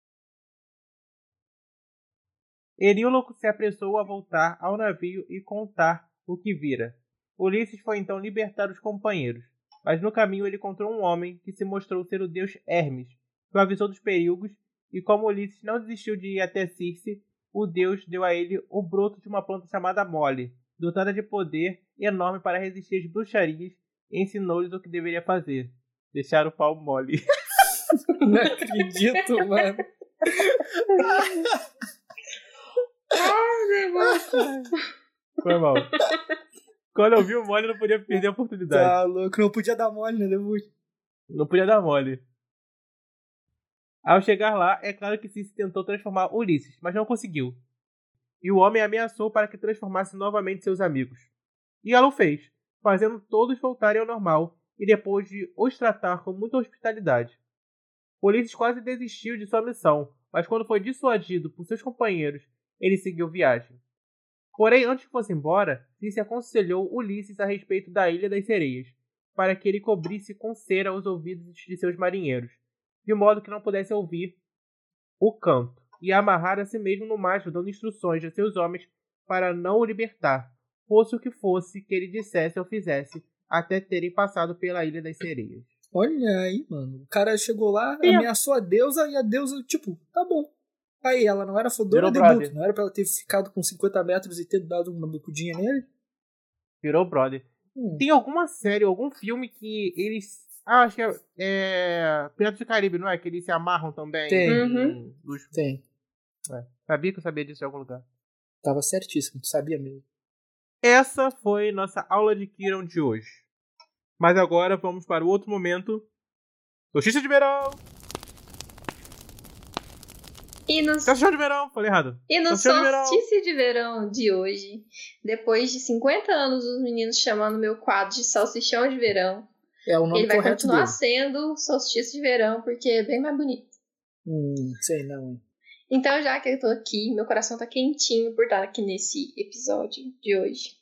Euríloco se apressou a voltar ao navio e contar o que vira. Ulisses foi então libertar os companheiros, mas no caminho ele encontrou um homem que se mostrou ser o deus Hermes, que o avisou dos perigos, e como Ulisses não desistiu de ir até Circe, o deus deu a ele o broto de uma planta chamada Mole, dotada de poder enorme para resistir às bruxarias, e ensinou-lhes o que deveria fazer: deixar o pau mole. Não acredito, mano. Foi mal. Quando eu vi o mole, eu não podia perder a oportunidade. Tá louco, não podia dar mole, né, depois? Não podia dar mole. Ao chegar lá, é claro que Circe tentou transformar Ulisses, mas não conseguiu. E o homem ameaçou para que transformasse novamente seus amigos. E ela o fez, fazendo todos voltarem ao normal, e depois de os tratar com muita hospitalidade. Ulisses quase desistiu de sua missão, mas quando foi dissuadido por seus companheiros, ele seguiu viagem. Porém, antes que fosse embora, Circe aconselhou Ulisses a respeito da Ilha das Sereias, para que ele cobrisse com cera os ouvidos de seus marinheiros, de modo que não pudesse ouvir o canto, e amarrar a si mesmo no mastro, dando instruções a seus homens para não o libertar, fosse o que fosse que ele dissesse ou fizesse, até terem passado pela Ilha das Sereias. Olha aí, mano. O cara chegou lá, ameaçou a deusa e a deusa, tipo, tá bom. Aí ela não era fodona de brother. buto, não era pra ela ter ficado com 50 metros e ter dado uma bicudinha nele? Virou brother. Tem alguma série, algum filme que eles... acho que é Piratas do Caribe, não é? Que eles se amarram também. Tem. Uhum. Tem. Sabia que eu sabia disso em algum lugar. Tava certíssimo, tu sabia mesmo. Essa foi nossa aula de Kiron de hoje. Mas agora vamos para o outro momento. Solstício de verão! Solstício de verão! Falei errado. E no solstício de verão de hoje, depois de 50 anos os meninos chamando meu quadro de salsichão de verão, É o nome ele vai correto continuar dele. sendo solstício de verão, porque é bem mais bonito. Sei não. Então, já que eu tô aqui, meu coração tá quentinho por estar aqui nesse episódio de hoje.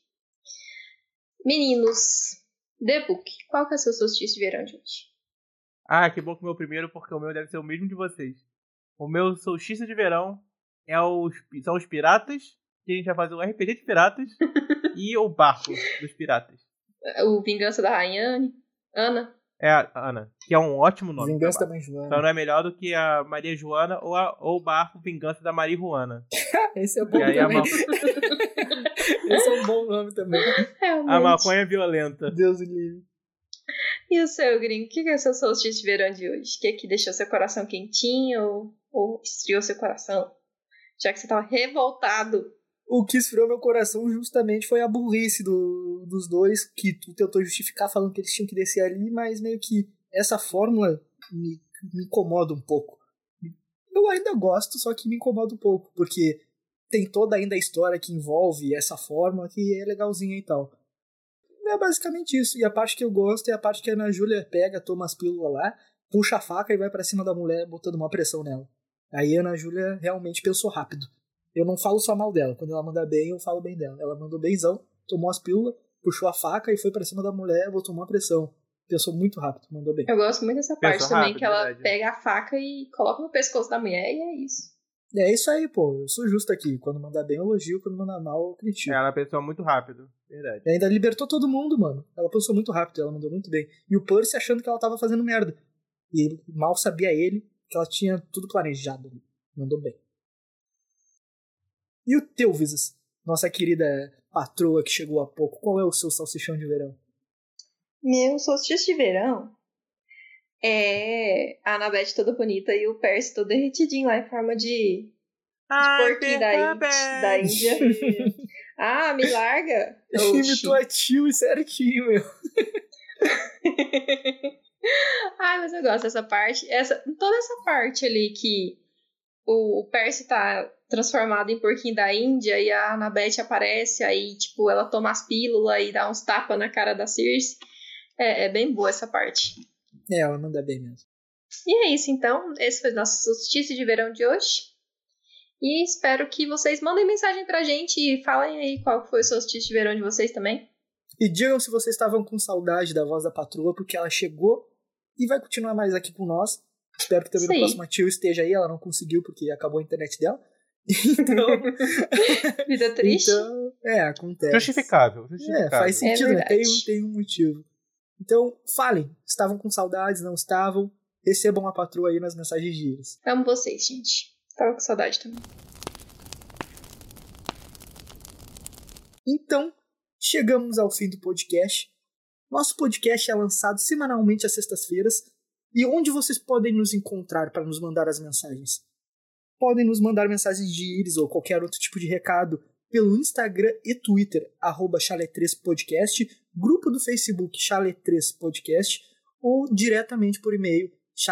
Meninos, The Book, qual que é o seu solstício de verão de hoje? Ah, que bom que o meu primeiro, porque o meu deve ser o mesmo de vocês. O meu solstício de verão são os piratas, que a gente vai fazer um RPG de piratas, e o barco dos piratas. O Vingança da Rainha Ana. É a Ana, que é um ótimo nome. Vingança da Mãe Joana. Então não é melhor do que a Maria Joana ou o barco Vingança da Maria Juana. Esse é bom E aí também. Esse é um bom nome também. Realmente. A maconha violenta. Deus o livre. E o seu, Gringo? O que é o seu solstício de verão de hoje? O que é que deixou seu coração quentinho ou esfriou seu coração? Já que você tava revoltado. O que esfriou meu coração justamente foi a burrice dos dois, que tu tentou justificar falando que eles tinham que descer ali, mas meio que essa fórmula me incomoda um pouco. Eu ainda gosto, só que me incomoda um pouco, porque tem toda ainda a história que envolve essa fórmula que é legalzinha e tal. É basicamente isso. E a parte que eu gosto é a parte que a Ana Júlia pega, toma as pílulas lá, puxa a faca e vai pra cima da mulher, botando uma pressão nela. Aí a Ana Júlia realmente pensou rápido. Eu não falo só mal dela. Quando ela manda bem, eu falo bem dela. Ela mandou benzão, tomou as pílulas, puxou a faca e foi pra cima da mulher, botou uma pressão. Pensou muito rápido, mandou bem. Eu gosto muito dessa parte também, rápido, que ela verdade. pega a faca e coloca no pescoço da mulher e é isso. É isso aí, pô. Eu sou justo aqui. Quando mandar bem, eu elogio. Quando mandar mal, eu critico. Ela pensou muito rápido, verdade. E ainda libertou todo mundo, mano. Ela pensou muito rápido, ela mandou muito bem. E o Percy achando que ela tava fazendo merda. E ele, mal sabia ele que ela tinha tudo planejado ali. Mandou bem. E o teu, Visas? Nossa querida patroa que chegou há pouco. Qual é o seu salsichão de verão? Meu solstício de verão é a Annabeth toda bonita e o Percy todo derretidinho lá em forma de porquinho da Índia. Ah, me larga. Imitou a Tio e certinho, meu. Ai, mas eu gosto dessa parte. Toda essa parte ali que o Percy tá transformado em porquinho da Índia e a Annabeth aparece, aí, tipo, ela toma as pílulas e dá uns tapas na cara da Circe. É bem boa essa parte. Ela manda bem mesmo. E é isso, então. Esse foi o nosso solstício de verão de hoje. E espero que vocês mandem mensagem pra gente e falem aí qual foi o solstício de verão de vocês também. E digam se vocês estavam com saudade da voz da patroa, porque ela chegou e vai continuar mais aqui com nós. Espero que também no próximo Tio esteja aí. Ela não conseguiu porque acabou a internet dela. Então... Vida triste. Então, acontece. Justificável. Faz sentido, né? Tem um motivo. Então, falem. Estavam com saudades, não estavam? Recebam a patroa aí nas mensagens de íris. Amo vocês, gente. Tava com saudade também. Então, chegamos ao fim do podcast. Nosso podcast é lançado semanalmente às sextas-feiras. E onde vocês podem nos encontrar para nos mandar as mensagens? Podem nos mandar mensagens de íris ou qualquer outro tipo de recado pelo Instagram e Twitter, @chalé3podcast, grupo do Facebook Chalé3podcast ou diretamente por e-mail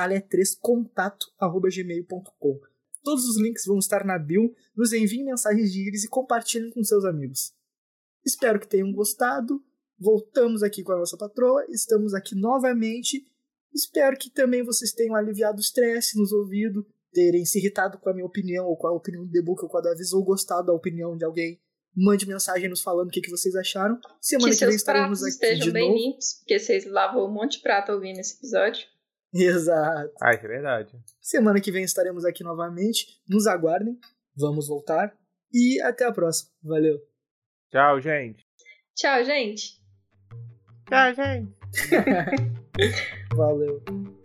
chalé3contato@gmail.com. Todos os links vão estar na bio. Nos enviem mensagens de íris e compartilhem com seus amigos. Espero que tenham gostado. Voltamos aqui com a nossa patroa. Estamos aqui novamente. Espero que também vocês tenham aliviado o estresse nos ouvidos, terem se irritado com a minha opinião ou com a opinião do The Book ou com a da Avis, ou gostado da opinião de alguém. Mande mensagem nos falando o que vocês acharam. Semana que vem estaremos aqui de novo. Que seus pratos estejam bem limpos, porque vocês lavam um monte de prato ouvindo esse episódio. Exato. Ah, isso é verdade. Semana que vem estaremos aqui novamente. Nos aguardem. Vamos voltar. E até a próxima. Valeu. Tchau, gente. Tchau, gente. Tchau, gente. Valeu.